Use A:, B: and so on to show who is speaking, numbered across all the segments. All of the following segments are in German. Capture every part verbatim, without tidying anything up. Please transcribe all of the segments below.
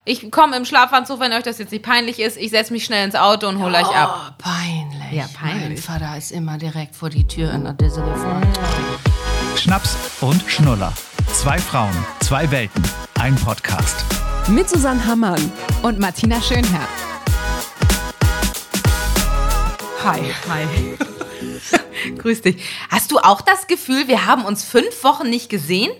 A: ich komme im Schlafanzug, wenn euch das jetzt nicht peinlich ist. Ich setze mich schnell ins Auto und hole
B: oh,
A: euch ab.
B: Peinlich.
A: Ja, peinlich.
B: Mein Vater ist immer direkt vor die Tür in der Disse gefahren.
C: Schnaps und Schnuller. Zwei Frauen, zwei Welten, ein Podcast.
D: Mit Susanne Hammann und Martina Schönherr.
A: Hi. Hi. Grüß dich. Hast du auch das Gefühl, wir haben uns fünf Wochen nicht gesehen?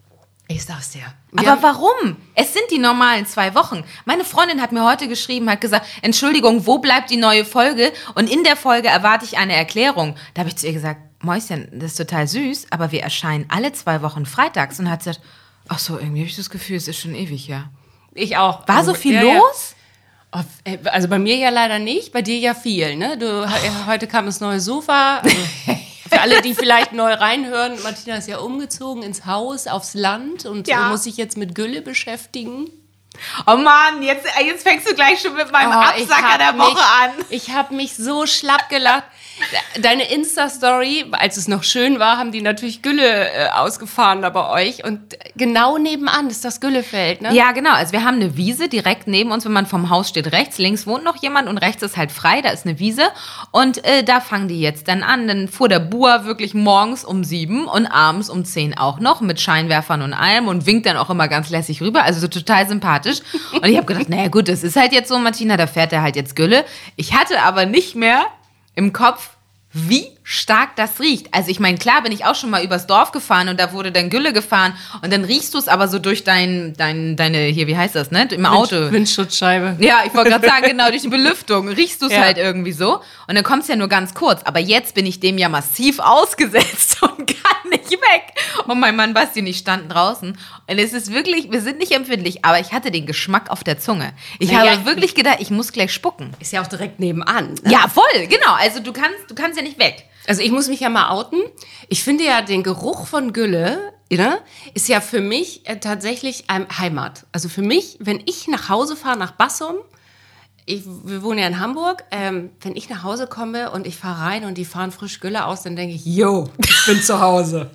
B: Ich sag's dir.
A: Aber
B: Wir
A: warum? Es sind die normalen zwei Wochen. Meine Freundin hat mir heute geschrieben, hat gesagt, Entschuldigung, wo bleibt die neue Folge? Und in der Folge erwarte ich eine Erklärung. Da habe ich zu ihr gesagt, Mäuschen, das ist total süß, aber wir erscheinen alle zwei Wochen freitags. Und hat sie gesagt, ach so, irgendwie habe ich das Gefühl, es ist schon ewig, ja.
B: Ich auch.
A: War
B: also,
A: so viel
B: ja,
A: los?
B: Ja. Also bei mir ja leider nicht, bei dir ja viel, ne? Du, oh. Heute kam das neue Sofa. Also für alle, die vielleicht neu reinhören, Martina ist ja umgezogen ins Haus, aufs Land und
A: Ja.
B: muss sich jetzt mit Gülle beschäftigen.
A: Oh Mann, jetzt, jetzt fängst du gleich schon mit meinem
B: Oh, ich
A: Absacker
B: hab
A: der Woche
B: mich,
A: an.
B: Ich habe mich so schlapp gelacht. Deine Insta-Story, als es noch schön war, haben die natürlich Gülle äh, ausgefahren da bei euch. Und genau nebenan ist das Güllefeld, ne?
A: Ja, genau. Also wir haben eine Wiese direkt neben uns, wenn man vom Haus steht rechts. Links wohnt noch jemand und rechts ist halt frei, da ist eine Wiese. Und äh, da fangen die jetzt dann an. Dann fuhr der Bua wirklich morgens um sieben und abends um zehn auch noch mit Scheinwerfern und allem und winkt dann auch immer ganz lässig rüber. Also so total sympathisch. Und ich habe gedacht, naja gut, das ist halt jetzt so, Martina, da fährt er halt jetzt Gülle. Ich hatte aber nicht mehr im Kopf, wie stark das riecht. Also ich meine, klar bin ich auch schon mal übers Dorf gefahren und da wurde dann Gülle gefahren und dann riechst du es aber so durch dein, dein, deine, hier, wie heißt das, ne? Im Auto.
B: Windschutzscheibe.
A: Ja, ich wollte gerade sagen, genau, durch die Belüftung riechst du es
B: Ja.
A: halt irgendwie so und dann kommst du ja nur ganz kurz. Aber jetzt bin ich dem ja massiv ausgesetzt und kann nicht weg. Und mein Mann Basti und ich standen draußen und es ist wirklich, wir sind nicht empfindlich, aber ich hatte den Geschmack auf der Zunge. Ich
B: Naja,
A: habe wirklich gedacht, ich muss gleich spucken.
B: Ist ja auch direkt nebenan. Ne?
A: Ja, voll, genau. Also du kannst, du kannst ja nicht weg.
B: Also ich muss mich ja mal outen. Ich finde ja den Geruch von Gülle, ne, ist ja für mich äh, tatsächlich ein Heimat. Also für mich, wenn ich nach Hause fahre nach Bassum, ich, wir wohnen ja in Hamburg, ähm, wenn ich nach Hause komme und ich fahre rein und die fahren frisch Gülle aus, dann denke ich, yo, ich bin zu Hause.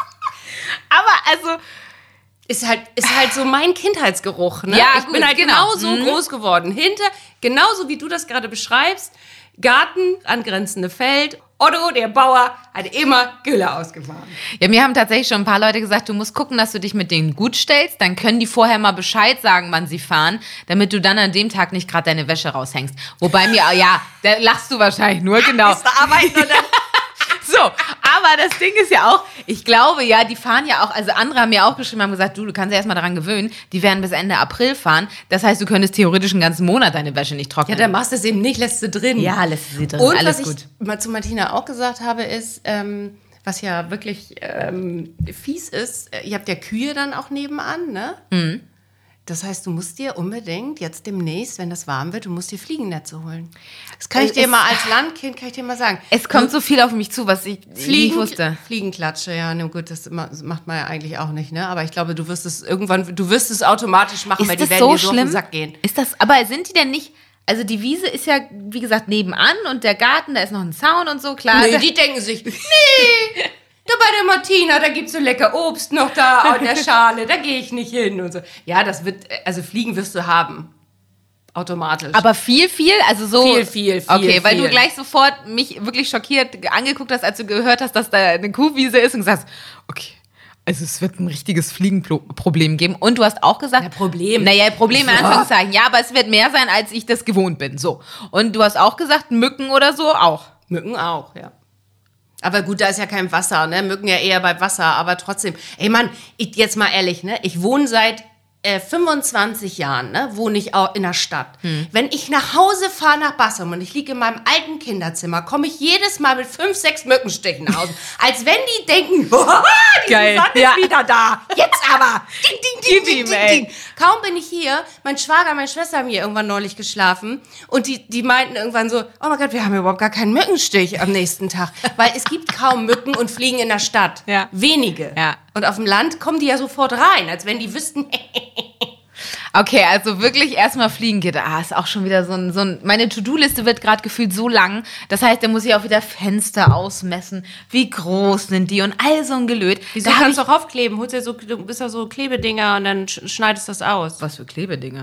A: Aber also,
B: Ist halt, ist halt so mein Kindheitsgeruch, ne?
A: Ja,
B: ich
A: gut,
B: bin halt
A: genau.
B: genauso
A: Mhm.
B: groß geworden. Hinter, genauso wie du das gerade beschreibst, Garten, angrenzende Feld. Otto, der Bauer, hat immer Gülle ausgefahren.
A: ja, mir haben tatsächlich schon ein paar Leute gesagt, du musst gucken, dass du dich mit denen gut stellst, dann können die vorher mal Bescheid sagen, wann sie fahren, damit du dann an dem Tag nicht gerade deine Wäsche raushängst. Wobei mir, ja, da lachst du wahrscheinlich nur, genau.
B: Ist da arbeiten oder?
A: So, aber das Ding ist ja auch, ich glaube ja, die fahren ja auch, also andere haben mir auch geschrieben, haben gesagt, du, du kannst ja erstmal daran gewöhnen, die werden bis Ende April fahren. Das heißt, du könntest theoretisch einen ganzen Monat deine Wäsche nicht
B: Ja,
A: trocknen.
B: dann machst du es eben nicht, lässt du drin.
A: Ja, lässt sie drin,
B: Und
A: alles
B: was
A: gut.
B: ich mal zu Martina auch gesagt habe, ist, ähm, was ja wirklich ähm, fies ist, äh, ihr habt ja Kühe dann auch nebenan, ne?
A: Mhm.
B: Das heißt, du musst dir unbedingt jetzt demnächst, wenn das warm wird, du musst dir Fliegennetze holen. Das kann ich
A: Es
B: dir
A: ist-
B: mal als Landkind, kann ich dir mal sagen.
A: Es kommt so viel auf mich zu, was ich
B: Fliegen,
A: nicht wusste.
B: Fliegenklatsche, ja, ne, gut, das ma- das macht man ja eigentlich auch nicht, ne? Aber ich glaube, du wirst es irgendwann, du wirst es automatisch machen, weil
A: Ist
B: die
A: das
B: werden
A: so
B: dir so auf
A: schlimm?
B: den Sack gehen.
A: Ist das, aber sind die denn nicht, also die Wiese ist ja, wie gesagt, nebenan und der Garten, da ist noch ein Zaun und so, klar.
B: Nee,
A: Da-
B: die denken sich, nee, da bei der Martina, da gibt's so lecker Obst noch da in der Schale, da gehe ich nicht hin und so. Ja, das wird, also Fliegen wirst du haben. Automatisch.
A: Aber viel, viel, also so.
B: Viel, viel, viel,
A: Okay, weil
B: viel.
A: du gleich sofort mich wirklich schockiert angeguckt hast, als du gehört hast, dass da eine Kuhwiese ist und gesagt hast, okay, also es wird ein richtiges Fliegenproblem geben. Und du hast auch gesagt...
B: Ja, Problem.
A: Naja, Problem in
B: Ja.
A: Anführungszeichen. Ja, aber es wird mehr sein, als ich das gewohnt bin. So. Und du hast auch gesagt, Mücken oder so auch.
B: Mücken auch, ja. Aber gut, da ist ja kein Wasser, ne? Mücken ja eher bei Wasser, aber trotzdem. Ey Mann, ich, jetzt mal ehrlich, ne? Ich wohne seit äh, fünfundzwanzig Jahren, ne? Wohne ich auch in der Stadt.
A: Hm.
B: Wenn ich nach Hause fahre nach Bassum und ich liege in meinem alten Kinderzimmer, komme ich jedes Mal mit fünf, sechs Mückenstichen nach Hause. Als wenn die denken, haha, die
A: Geil.
B: Susanne
A: Ja.
B: ist wieder da. Jetzt aber. Ding, ding, ding,
A: Gib
B: ding,
A: ihm,
B: ding,
A: ey.
B: ding. Kaum bin ich hier, mein Schwager, meine Schwester haben hier irgendwann neulich geschlafen und die, die meinten irgendwann so, oh mein Gott, wir haben überhaupt gar keinen Mückenstich am nächsten Tag, weil es gibt kaum Mücken und Fliegen in der Stadt.
A: Ja.
B: Wenige.
A: Ja.
B: Und auf dem Land kommen die ja sofort rein, als wenn die wüssten,
A: Okay, also wirklich erstmal fliegen geht. Ah, ist auch schon wieder so ein, so ein meine To-Do-Liste wird gerade gefühlt so lang. Das heißt, da muss ich auch wieder Fenster ausmessen. Wie groß sind die und all so ein Gelöt.
B: wieso
A: Da hab
B: kannst du
A: ich,
B: auch aufkleben? Holst ja so, du bist ja so Klebedinger und dann sch- schneidest das aus.
A: was für Klebedinger?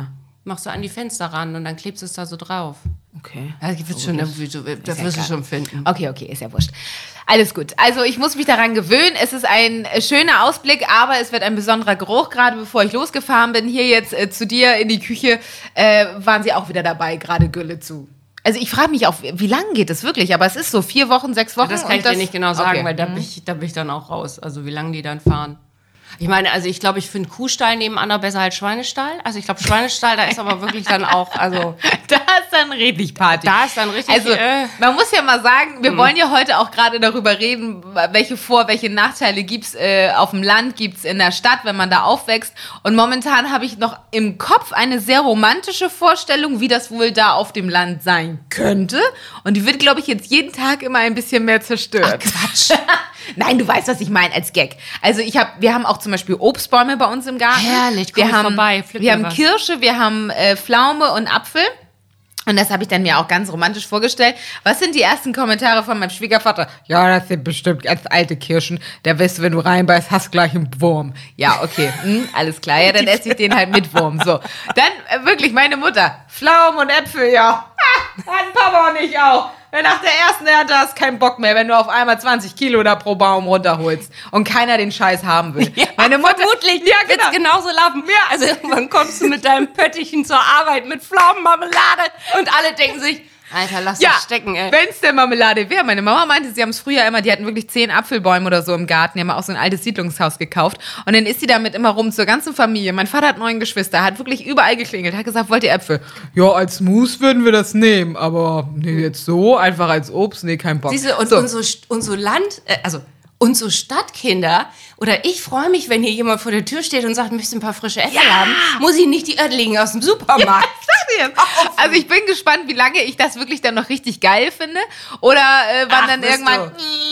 B: Machst du an die Fenster ran und dann klebst du es da so drauf.
A: Okay.
B: Ja, das wird schon irgendwie so, das
A: ja
B: wirst du
A: geil.
B: schon finden.
A: Okay, okay, ist ja wurscht. Alles gut. Also ich muss mich daran gewöhnen. Es ist ein äh, schöner Ausblick, aber es wird ein besonderer Geruch. Gerade bevor ich losgefahren bin, hier jetzt äh, zu dir in die Küche, äh, waren sie auch wieder dabei, gerade Gülle zu. Also ich frage mich auch, wie lange geht das wirklich? Aber es ist so vier Wochen, sechs Wochen.
B: Ja, das kann
A: und
B: ich
A: das,
B: dir nicht genau sagen,
A: okay.
B: weil da bin, ich, da bin ich dann auch raus. Also wie lange die dann fahren. Ich meine, also ich glaube, ich finde Kuhstall nebenan noch besser als Schweinestall. Also ich glaube, Schweinestall, da ist aber wirklich dann auch, also...
A: Da ist dann richtig Party.
B: Da ist dann richtig...
A: Also,
B: äh,
A: man muss ja mal sagen, wir wollen ja heute auch gerade darüber reden, welche Vor-, welche Nachteile gibt's äh, auf dem Land, gibt's in der Stadt, wenn man da aufwächst. Und momentan habe ich noch im Kopf eine sehr romantische Vorstellung, wie das wohl da auf dem Land sein könnte. Und die wird, glaube ich, jetzt jeden Tag immer ein bisschen mehr zerstört.
B: Ach, Quatsch.
A: Nein, du weißt, was ich meine als Gag. Also ich hab, wir haben auch zum Beispiel Obstbäume bei uns im Garten.
B: Herrlich, komm
A: wir
B: ich
A: haben,
B: vorbei, pflück
A: Wir
B: mir
A: haben
B: was.
A: Kirsche, wir haben äh, Pflaume und Apfel. Und das habe ich dann mir auch ganz romantisch vorgestellt. Was sind die ersten Kommentare von meinem Schwiegervater? Ja, das sind bestimmt ganz alte Kirschen. Da weißt du, wenn du reinbeißt, hast gleich einen Wurm. Ja, okay, hm, alles klar. Ja, dann esse ich den halt mit Wurm. So, dann äh, wirklich meine Mutter. Pflaumen und Äpfel, ja. Ha, hat Papa und ich auch. Nach der ersten Ernte hast du keinen Bock mehr, wenn du auf einmal zwanzig Kilo da pro Baum runterholst und keiner den Scheiß haben will.
B: Ja,
A: meine Mutter,
B: vermutlich
A: ja,
B: wird's
A: genau.
B: genauso laufen. Ja. Also irgendwann kommst du mit deinem Pöttchen zur Arbeit mit Pflaumenmarmelade und alle denken sich, Alter, lass
A: Ja,
B: das stecken, ey.
A: wenn es der Marmelade wäre. Meine Mama meinte, sie haben es früher immer, die hatten wirklich zehn Apfelbäume oder so im Garten. Die haben auch so ein altes Siedlungshaus gekauft. Und dann ist sie damit immer rum zur ganzen Familie. Mein Vater hat neun Geschwister, hat wirklich überall geklingelt, hat gesagt, wollt ihr Äpfel? Ja, als Mousse würden wir das nehmen, aber nee, jetzt so, einfach als Obst, nee, kein Bock.
B: Siehst du, und,
A: so.
B: und, so, und so Land, äh, also und so Stadtkinder, oder ich freue mich, wenn hier jemand vor der Tür steht und sagt, möchtest du ein paar frische Äpfel
A: Ja.
B: haben, muss ich nicht die Ödlingen aus dem Supermarkt.
A: Also ich bin gespannt, wie lange ich das wirklich dann noch richtig geil finde. Oder äh, wann
B: Ach,
A: dann
B: wirst
A: irgendwann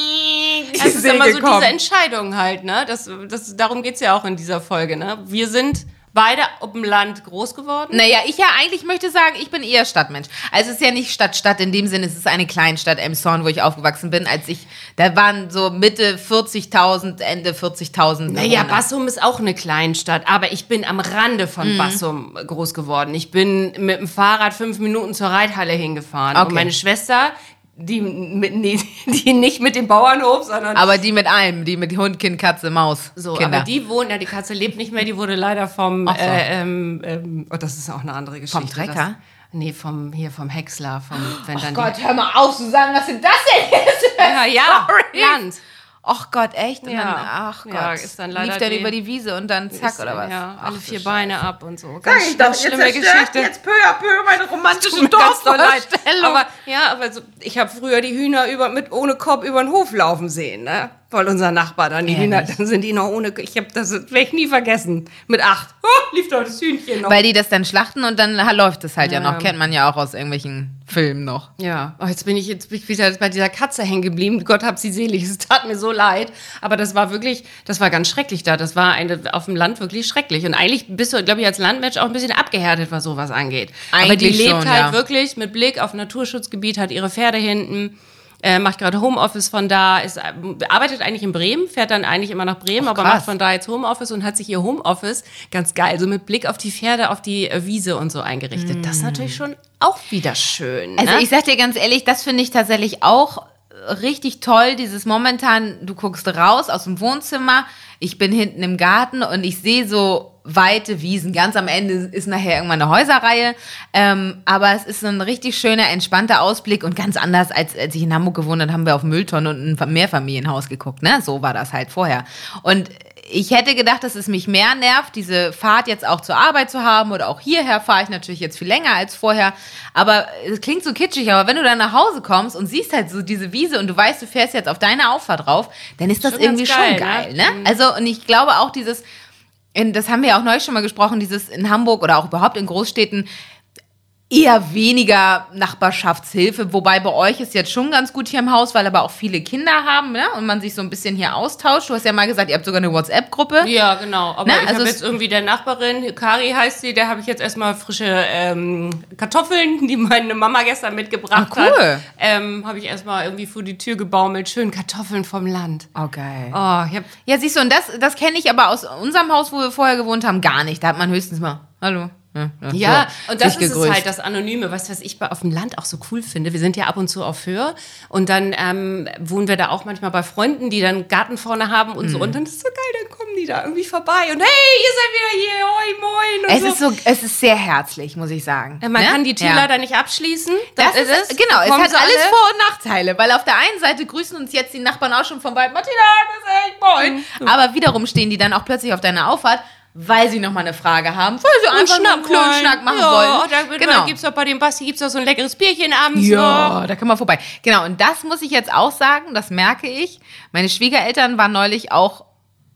B: Das ist immer so diese Entscheidung halt, ne? Das, das, darum geht's ja auch in dieser Folge, ne? Wir sind beide auf dem Land groß geworden.
A: Naja, ich ja eigentlich möchte sagen, ich bin eher Stadtmensch. Also es ist ja nicht Stadt-Stadt in dem Sinne, es ist eine Kleinstadt, Elmshorn, wo ich aufgewachsen bin. Als ich, da waren so Mitte vierzigtausend, Ende vierzigtausend.
B: Naja, Bassum ist auch eine Kleinstadt, aber ich bin am Rande von
A: Mhm.
B: Bassum groß geworden. Ich bin mit dem Fahrrad fünf Minuten zur Reithalle hingefahren.
A: Okay.
B: Und meine Schwester, die, mit, nee, die nicht mit dem Bauernhof, sondern...
A: Aber die mit allem, die mit Hund, Kind, Katze, Maus,
B: So,
A: Kinder.
B: aber die wohnt, ja, die Katze lebt nicht mehr, die wurde leider vom,
A: Ach so.
B: äh, ähm, ähm, oh, das ist auch eine andere Geschichte.
A: Vom Trecker?
B: Das, nee, vom, hier vom Häcksler, vom, wenn dann
A: Gott, hör mal auf zu sagen, was denn das denn ist?
B: die, ja, ja,
A: Sorry.
B: Land.
A: Ach Gott, echt? Und
B: Ja.
A: dann, ach Gott,
B: Ja, ist dann leider
A: lief dann
B: die-
A: über die Wiese und dann zack,
B: Ist,
A: oder was?
B: Ja, alle
A: Ach,
B: vier
A: du
B: Beine ab und so.
A: Sag
B: Ganz,
A: ich doch,
B: ganz
A: ihr
B: schlimme
A: zerstört
B: Geschichte.
A: jetzt peu à peu meine romantische
B: Tut mir ganz doll leid.
A: Dorfvorstellung.
B: Aber ja, aber so, ich habe früher die Hühner über, mit ohne Kopf über den Hof laufen sehen, ne? Weil unser Nachbar dann die
A: Ehrlich?
B: Hühner, dann sind die noch ohne. Ich habe das werde ich nie vergessen. Mit acht. Oh, lief doch das Hühnchen noch.
A: Weil die das dann schlachten und dann ha, läuft es halt ja.
B: Ja.
A: noch. Kennt man ja auch aus irgendwelchen Filmen noch.
B: Ja, oh, jetzt bin ich jetzt bin ich wieder bei dieser Katze hängen geblieben. Gott hab sie selig. Es tat mir so leid. Aber das war wirklich, das war ganz schrecklich da. Das war eine, auf dem Land wirklich schrecklich. Und eigentlich bist du, glaube ich, als Landmensch auch ein bisschen abgehärtet, was sowas angeht. Aber die
A: Eigentlich
B: lebt
A: schon,
B: halt
A: ja.
B: wirklich mit Blick auf Naturschutzgebiet, hat ihre Pferde hinten. Äh, macht gerade Homeoffice von da, ist, äh, arbeitet eigentlich in Bremen, fährt dann eigentlich immer nach Bremen,
A: Ach,
B: aber
A: krass.
B: macht von da jetzt Homeoffice und hat sich ihr Homeoffice ganz geil, so mit Blick auf die Pferde, auf die äh, Wiese und so eingerichtet. Das ist natürlich schon auch wieder schön.
A: Also
B: ne?
A: ich sag dir ganz ehrlich, das finde ich tatsächlich auch richtig toll, dieses momentan, du guckst raus aus dem Wohnzimmer, ich bin hinten im Garten und ich sehe so weite Wiesen. Ganz am Ende ist nachher irgendwann eine Häuserreihe, ähm, aber es ist so ein richtig schöner, entspannter Ausblick und ganz anders, als, als ich in Hamburg gewohnt habe, haben wir auf Mülltonnen und ein Mehrfamilienhaus geguckt, ne? So war das halt vorher. Und ich hätte gedacht, dass es mich mehr nervt, diese Fahrt jetzt auch zur Arbeit zu haben oder auch hierher fahre ich natürlich jetzt viel länger als vorher, aber es klingt so kitschig, aber wenn du dann nach Hause kommst und siehst halt so diese Wiese und du weißt, du fährst jetzt auf deine Auffahrt drauf, dann ist das
B: Schon
A: irgendwie
B: ganz geil,
A: schon geil,
B: ne?
A: ne? Also und ich glaube auch dieses, in, das haben wir ja auch neulich schon mal gesprochen, dieses in Hamburg oder auch überhaupt in Großstädten, eher weniger Nachbarschaftshilfe, wobei bei euch ist jetzt schon ganz gut hier im Haus, weil aber auch viele Kinder haben, ne? Und man sich so ein bisschen hier austauscht. Du hast ja mal gesagt, ihr habt sogar eine WhatsApp-Gruppe.
B: Ja, genau. Aber
A: Ne?
B: ich
A: Also
B: habe
A: es-
B: jetzt irgendwie der Nachbarin, Kari heißt sie, der habe ich jetzt erstmal frische ähm, Kartoffeln, die meine Mama gestern mitgebracht
A: Ah, cool.
B: hat. Ähm, habe ich erstmal irgendwie vor die Tür gebaumelt. Schön Kartoffeln vom Land.
A: Oh, geil.
B: Oh, ich hab,
A: Ja, siehst du, und das, das kenne ich aber aus unserem Haus, wo wir vorher gewohnt haben, gar nicht. Da hat man höchstens mal, hallo, Ja,
B: Ja,
A: so,
B: und das
A: sich
B: ist es
A: gegrüßt.
B: halt, das Anonyme, was, was ich bei, auf dem Land auch so cool finde. Wir sind ja ab und zu auf Höhe und dann ähm, wohnen wir da auch manchmal bei Freunden, die dann Garten vorne haben und so. Und dann ist es so geil, dann kommen die da irgendwie vorbei und hey, ihr seid wieder hier, hoi, moin. Und
A: Es
B: so.
A: ist so, es ist sehr herzlich, muss ich sagen.
B: Man
A: ne?
B: kann die Tür
A: Ja.
B: leider nicht abschließen.
A: Das ist es, genau, es
B: Kommen
A: hat
B: sie
A: alles
B: alle.
A: Vor- und Nachteile, weil auf der einen Seite grüßen uns jetzt die Nachbarn auch schon vorbei, Martina, das ist echt moin.
B: Mhm.
A: Aber wiederum stehen die dann auch plötzlich auf deiner Auffahrt, weil sie nochmal eine Frage haben, weil sie
B: Und
A: einfach nur einen
B: Schnack wollen.
A: Klönschnack machen
B: ja,
A: wollen.
B: Da,
A: Genau.
B: da gibt's doch bei dem Basti gibt's doch so ein leckeres Bierchen abends noch.
A: Ja, da können wir vorbei. Genau, und das muss ich jetzt auch sagen, das merke ich. Meine Schwiegereltern waren neulich auch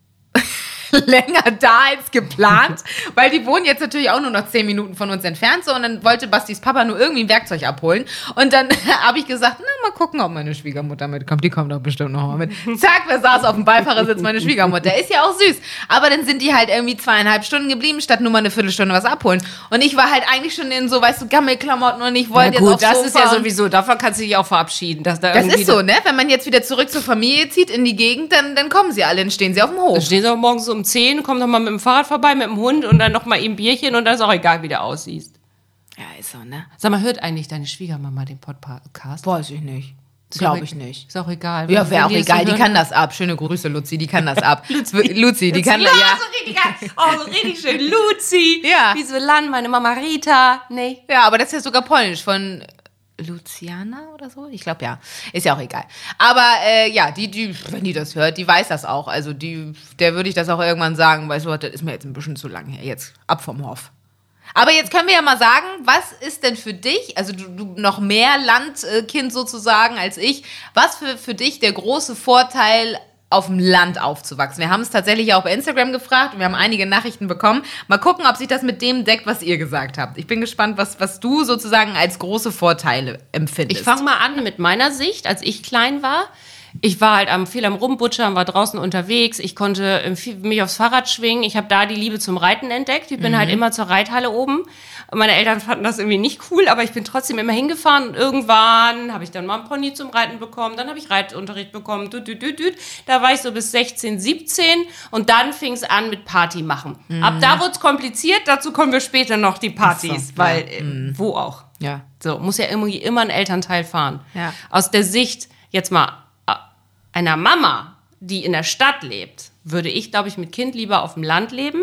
A: länger da als geplant, weil die wohnen jetzt natürlich auch nur noch zehn Minuten von uns entfernt, so, und dann wollte Bastis Papa nur irgendwie ein Werkzeug abholen und dann habe ich gesagt, na, mal gucken, ob meine Schwiegermutter mitkommt, die kommt doch bestimmt noch mal mit. Zack, wer saß auf dem Beifahrersitz? Meine Schwiegermutter. Ist ja auch süß, aber dann sind die halt irgendwie zweieinhalb Stunden geblieben, statt nur mal eine Viertelstunde was abholen und ich war halt eigentlich schon in so, weißt du, Gammelklamotten und ich wollte
B: Ja, gut,
A: jetzt aufs
B: das ist
A: Sofa
B: ja
A: und-
B: sowieso, davon kannst du dich auch verabschieden. Dass da
A: das
B: irgendwie
A: ist so, ne? Wenn man jetzt wieder zurück zur Familie zieht, in die Gegend, dann, dann kommen sie alle, dann stehen sie auf dem
B: Da
A: Hof.
B: stehen sie auch morgens um zehn, kommen noch mal mit dem Fahrrad vorbei, mit dem Hund und dann noch mal eben Bierchen und dann ist auch egal, wie du aussiehst.
A: Ja, ist so, ne?
B: Sag mal, hört eigentlich deine Schwiegermama den Podcast?
A: Weiß ich nicht.
B: Ist
A: Glaube
B: auch
A: ich
B: e-
A: nicht.
B: Ist auch egal.
A: Ja,
B: Wenn
A: wäre auch
B: die das
A: egal,
B: so
A: die
B: hören-
A: kann das ab. Schöne Grüße, Luzi, die kann das ab. Luzi, Luzi die kann
B: ja,
A: das, ja.
B: so richtig geil. Oh, so richtig schön. Luzi.
A: Ja.
B: Wie so Lan, meine Mama Rita. Nee.
A: Ja, aber das ist ja sogar polnisch von Luciana oder so? Ich glaube, ja. Ist ja auch egal. Aber äh, ja, die, die, wenn die das hört, die weiß das auch. Also die, der würde ich das auch irgendwann sagen, weißt du, das ist mir jetzt ein bisschen zu lang her. Jetzt ab vom Hof. Aber jetzt können wir ja mal sagen, was ist denn für dich, also du, du noch mehr Landkind sozusagen als ich, was für, für dich der große Vorteil auf dem Land aufzuwachsen? Wir haben es tatsächlich auch bei Instagram gefragt und wir haben einige Nachrichten bekommen. Mal gucken, ob sich das mit dem deckt, was ihr gesagt habt. Ich bin gespannt, was, was du sozusagen als große Vorteile empfindest.
B: Ich fange mal an mit meiner Sicht, als ich klein war. Ich war halt am, viel am Rumbutschern, war draußen unterwegs. Ich konnte ähm, viel, mich aufs Fahrrad schwingen. Ich habe da die Liebe zum Reiten entdeckt. Ich bin halt immer zur Reithalle oben. Und meine Eltern fanden das irgendwie nicht cool, aber ich bin trotzdem immer hingefahren. Und irgendwann habe ich dann mal einen Pony zum Reiten bekommen. Dann habe ich Reitunterricht bekommen. Düt, düt, düt, düt. Da war ich so bis sechzehn, siebzehn. Und dann fing es an mit Party machen. Ab da wurde es kompliziert. Dazu kommen wir später noch die Partys.
A: Ach so,
B: weil,
A: ja.
B: äh, wo auch.
A: Ja.
B: So, muss ja irgendwie immer ein Elternteil fahren.
A: Ja.
B: Aus der Sicht, jetzt mal, äh, einer Mama, die in der Stadt lebt, würde ich, glaube ich, mit Kind lieber auf dem Land leben,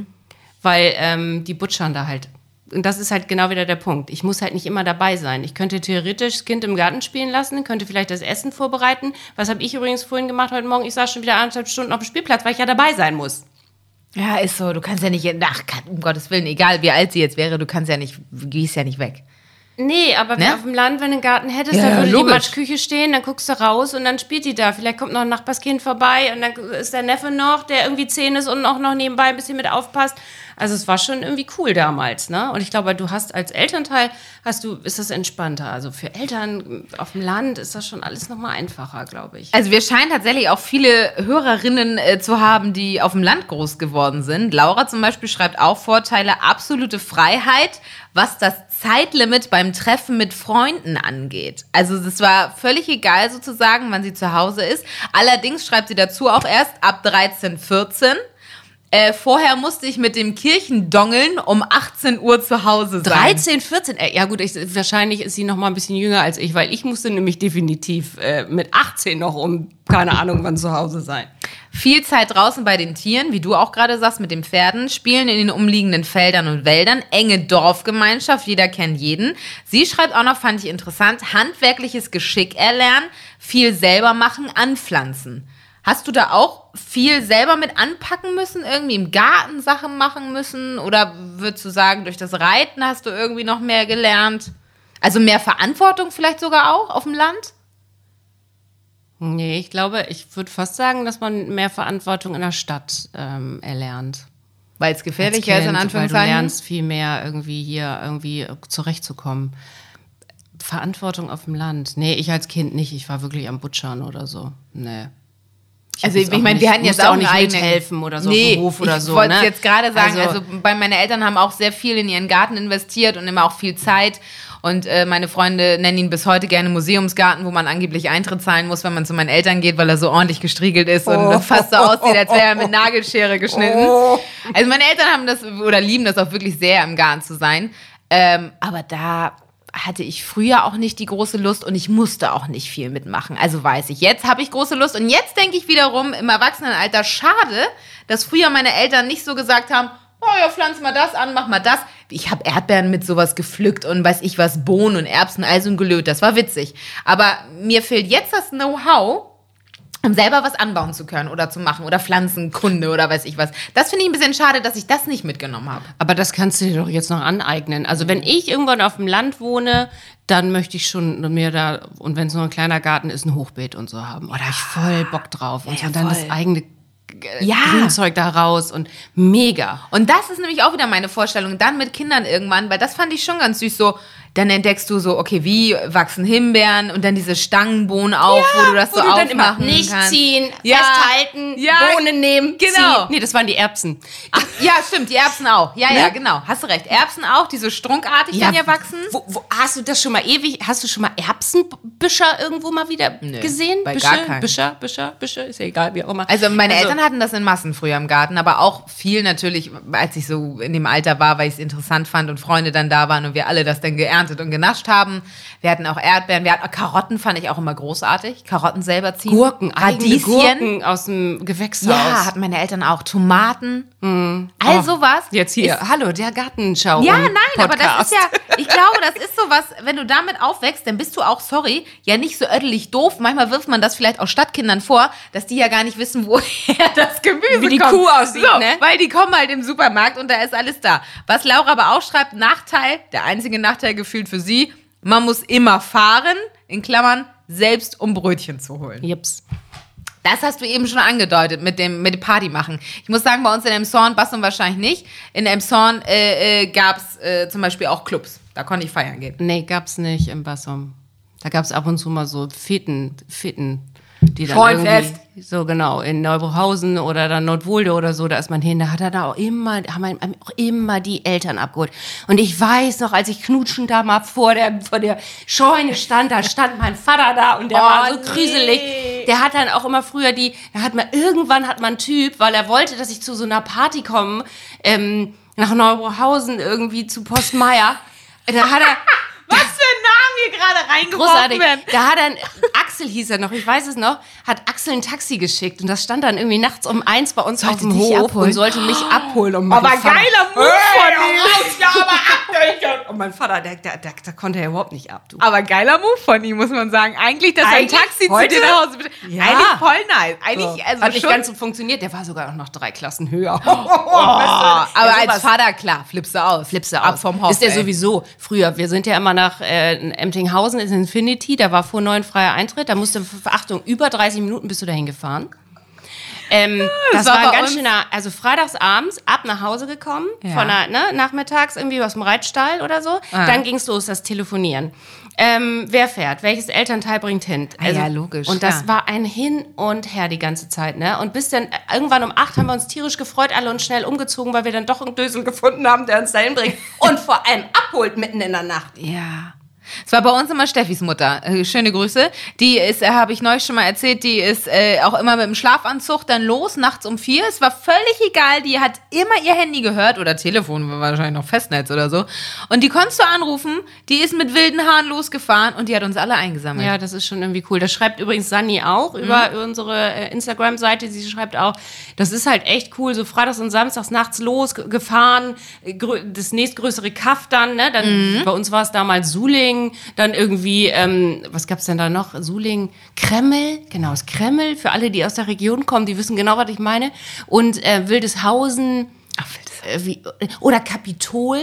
B: weil ähm, die butschern da halt. Und das ist halt genau wieder der Punkt. Ich muss halt nicht immer dabei sein. Ich könnte theoretisch das Kind im Garten spielen lassen, könnte vielleicht das Essen vorbereiten. Was habe ich übrigens vorhin gemacht heute Morgen? Ich saß schon wieder anderthalb Stunden auf dem Spielplatz, weil ich ja dabei sein muss.
A: Ja, ist so. Du kannst ja nicht, ach, um Gottes Willen, egal wie alt sie jetzt wäre, du kannst ja nicht, gehst ja nicht weg.
B: Nee, aber
A: Ne?
B: auf dem Land, wenn du einen Garten hättest,
A: Ja,
B: dann würde
A: logisch.
B: die Matschküche stehen, dann guckst du raus und dann spielt die da. Vielleicht kommt noch ein Nachbarskind vorbei und dann ist der Neffe noch, der irgendwie zehn ist und auch noch nebenbei ein bisschen mit aufpasst. Also es war schon irgendwie cool damals, ne? Und ich glaube, du hast als Elternteil, hast du, ist das entspannter. Also für Eltern auf dem Land ist das schon alles nochmal einfacher, glaube ich.
A: Also wir scheinen tatsächlich auch viele Hörerinnen äh, zu haben, die auf dem Land groß geworden sind. Laura zum Beispiel schreibt auch Vorteile, absolute Freiheit, was das Zeitlimit beim Treffen mit Freunden angeht. Also es war völlig egal sozusagen, wann sie zu Hause ist. Allerdings schreibt sie dazu auch erst ab dreizehn, vierzehn. Äh, vorher musste ich mit dem Kirchendongeln um achtzehn Uhr zu Hause sein.
B: dreizehn, vierzehn, äh, ja gut, ich, wahrscheinlich ist sie noch mal ein bisschen jünger als ich, weil ich musste nämlich definitiv äh, mit achtzehn noch um, keine Ahnung wann zu Hause sein.
A: Viel Zeit draußen bei den Tieren, wie du auch gerade sagst, mit den Pferden, spielen in den umliegenden Feldern und Wäldern, enge Dorfgemeinschaft, jeder kennt jeden. Sie schreibt auch noch, fand ich interessant, handwerkliches Geschick erlernen, viel selber machen, anpflanzen. Hast du da auch viel selber mit anpacken müssen, irgendwie im Garten Sachen machen müssen? Oder würdest du sagen, durch das Reiten hast du irgendwie noch mehr gelernt? Also mehr Verantwortung vielleicht sogar auch auf dem Land?
B: Nee, ich glaube, ich würde fast sagen, dass man mehr Verantwortung in der Stadt ähm, erlernt.
A: Weil es
B: Als
A: gefährlicher ist, in
B: Kind,
A: Anführungszeichen?
B: Weil du lernst viel mehr irgendwie hier irgendwie zurechtzukommen. Verantwortung auf dem Land. Nee, ich als Kind nicht. Ich war wirklich am Butschern oder so. Nee.
A: Also ich, ich meine, wir hatten jetzt auch,
B: auch nicht
A: eigenen,
B: mithelfen oder so
A: nee,
B: auf dem Hof oder
A: ich
B: so.
A: Ich wollte
B: ne?
A: jetzt gerade sagen, also,
B: also,
A: also bei meine Eltern haben auch sehr viel in ihren Garten investiert und immer auch viel Zeit. Und äh, meine Freunde nennen ihn bis heute gerne Museumsgarten, wo man angeblich Eintritt zahlen muss, wenn man zu meinen Eltern geht, weil er so ordentlich gestriegelt ist und oh. fast so aussieht, als wäre er mit Nagelschere geschnitten. Oh. Also meine Eltern haben das oder lieben das auch wirklich sehr, im Garten zu sein. Ähm, aber da hatte ich früher auch nicht die große Lust und ich musste auch nicht viel mitmachen. Also weiß ich, jetzt habe ich große Lust und jetzt denke ich wiederum im Erwachsenenalter, schade, dass früher meine Eltern nicht so gesagt haben, oh ja, pflanz mal das an, mach mal das. Ich habe Erdbeeren mit sowas gepflückt und weiß ich was, Bohnen und Erbsen, also ein Gelöt, das war witzig. Aber mir fehlt jetzt das Know-how, um selber was anbauen zu können oder zu machen oder Pflanzenkunde oder weiß ich was. Das finde ich ein bisschen schade, dass ich das nicht mitgenommen habe.
B: aber das kannst du dir doch jetzt noch aneignen. Also wenn ich irgendwann auf dem Land wohne, dann möchte ich schon mir da, und wenn es nur ein kleiner Garten ist, ein Hochbeet und so haben. Oh, da habe ich voll Bock drauf. Und
A: Ja,
B: so dann
A: voll.
B: das eigene
A: Ja.
B: Grünzeug da raus und mega.
A: Und das ist nämlich auch wieder meine Vorstellung, dann mit Kindern irgendwann, weil das fand ich schon ganz süß, so, dann entdeckst du so, okay, wie wachsen Himbeeren und dann diese Stangenbohnen auf, wo du das
B: wo
A: so
B: du dann immer
A: aufmachen
B: nicht
A: kannst.
B: ziehen,
A: Ja.
B: festhalten,
A: Ja.
B: Bohnen nehmen,
A: Genau.
B: ziehen. Nee, das waren die Erbsen.
A: Ach, ja, stimmt, die Erbsen auch. Ja,
B: Ne?
A: ja, genau, hast du recht. Erbsen auch, die so strunkartig dann ja wachsen.
B: Wo, wo, hast du das schon mal ewig, hast du schon mal Erbsenbüscher irgendwo mal wieder
A: Nö,
B: gesehen?
A: bei
B: Büsche,
A: gar keinem.
B: Büscher, Büscher, Büsche, ist ja egal, wie auch immer.
A: Also meine Eltern hatten das in Massen früher im Garten, aber auch viel natürlich, als ich so in dem Alter war, weil ich es interessant fand und Freunde dann da waren und wir alle das dann geerntet und genascht haben. Wir hatten auch Erdbeeren, wir hatten Karotten, fand ich auch immer großartig. Karotten selber ziehen.
B: Gurken, eigene
A: Radieschen.
B: Gurken aus dem Gewächshaus.
A: Ja, hatten meine Eltern auch. Tomaten. All sowas.
B: Jetzt hier,
A: Ist,
B: hallo, der Gartenschau.
A: ja,
B: und
A: nein, aber das
B: Podcast.
A: ist ja, ich glaube, das ist sowas, wenn du damit aufwächst, dann bist du auch, sorry, ja nicht so ödelig doof. Manchmal wirft man das vielleicht auch Stadtkindern vor, dass die ja gar nicht wissen, woher das Gemüse
B: Wie die
A: kommt.
B: Kuh aussieht,
A: so,
B: ne?
A: Weil die kommen halt im Supermarkt und da ist alles da. Was Laura aber auch schreibt, Nachteil, der einzige Nachteil gefühlt für sie, man muss immer fahren, in Klammern, selbst um Brötchen zu holen.
B: Jips.
A: Das hast du eben schon angedeutet mit dem, mit dem Party machen. Ich muss sagen, bei uns in Elmshorn, Bassum wahrscheinlich nicht. In Elmshorn äh, äh, gab es äh, zum Beispiel auch Clubs. Da konnte ich feiern gehen.
B: Nee, gab's nicht im Bassum. Da gab's ab und zu mal so Feten, Feten, die dann
A: Frauenfest.
B: irgendwie, so genau, in Neubruchhausen oder dann Nordwolde oder so, da ist man hin, da hat er da auch immer, haben einem auch immer die Eltern abgeholt. Und ich weiß noch, als ich knutschend da mal vor der, vor der Scheune stand, da stand mein Vater da und der
A: Oh,
B: war so
A: nee.
B: krüselig. Der hat dann auch immer früher die, da hat man, irgendwann hat man einen Typ, weil er wollte, dass ich zu so einer Party komme, ähm, nach Neubruchhausen irgendwie zu Postmeier. Da hat er,
A: Was für Namen hier gerade reingeworfen
B: großartig.
A: werden.
B: Da hat dann, Axel hieß er noch, ich weiß es noch, hat Axel ein Taxi geschickt und das stand dann irgendwie nachts um eins bei uns
A: Sollte
B: auf dem
A: dich
B: Hof
A: abholen?
B: und sollte mich abholen. Und
A: Aber
B: mein Vater-
A: geiler Move von ihm.
B: Ja, aber ab, und mein Vater, der, der, der, der konnte ja überhaupt nicht ab, du.
A: Aber geiler Move von ihm, muss man sagen. Eigentlich, dass er ein
B: Eigentlich
A: Taxi
B: heute-
A: zu dir nach Hause...
B: Ja.
A: Eigentlich voll nice. Eigentlich,
B: So.
A: also
B: hat nicht
A: schon...
B: ganz so funktioniert, der war sogar auch noch drei Klassen höher.
A: Oh, aber
B: Ja,
A: als
B: sowas.
A: Vater, klar, flippst du aus.
B: Flippst du
A: Ab
B: aus.
A: vom Hof,
B: Ist der
A: ey.
B: sowieso. Früher, wir sind ja immer nach äh, Emtinghausen, ist Infinity, da war vor neun freier Eintritt, da musste, Achtung, über dreißig Minuten bist du dahin gefahren. Ähm, das,
A: war
B: war
A: bei
B: ein ganz
A: uns-
B: schöner, also freitags abends ab nach Hause gekommen,
A: Ja.
B: von der, ne, nachmittags irgendwie aus dem Reitstall oder so.
A: Ah.
B: Dann ging's los, das Telefonieren. Ähm, wer fährt? Welches Elternteil bringt hin?
A: Ah ja, logisch,
B: Und das
A: klar.
B: war ein Hin und Her die ganze Zeit, ne? Und bis dann äh, irgendwann um acht haben wir uns tierisch gefreut, alle und schnell umgezogen, weil wir dann doch einen Dösel gefunden haben, der uns dahin bringt und vor allem abholt mitten in der Nacht.
A: Ja. Es war bei uns immer Steffis Mutter. Äh, schöne Grüße. Die ist, äh, habe ich neulich schon mal erzählt, die ist äh, auch immer mit dem Schlafanzug dann los, nachts um vier. Es war völlig egal. Die hat immer ihr Handy gehört oder Telefon, wahrscheinlich noch Festnetz oder so. Und die konntest du anrufen. Die ist mit wilden Haaren losgefahren und die hat uns alle eingesammelt.
B: Ja, das ist schon irgendwie cool. Das schreibt übrigens Sani auch über unsere äh, Instagram-Seite. Sie schreibt auch, das ist halt echt cool, so freitags und samstags nachts losgefahren, grö- das nächstgrößere Kaff dann, ne? Dann, bei uns war es damals Suling, dann irgendwie, ähm, was gab's denn da noch? Suling, Kremmel, genau, das Kremmel, für alle, die aus der Region kommen, die wissen genau, was ich meine. Und äh, Wildeshausen,
A: Ach,
B: äh, wie, oder Kapitol.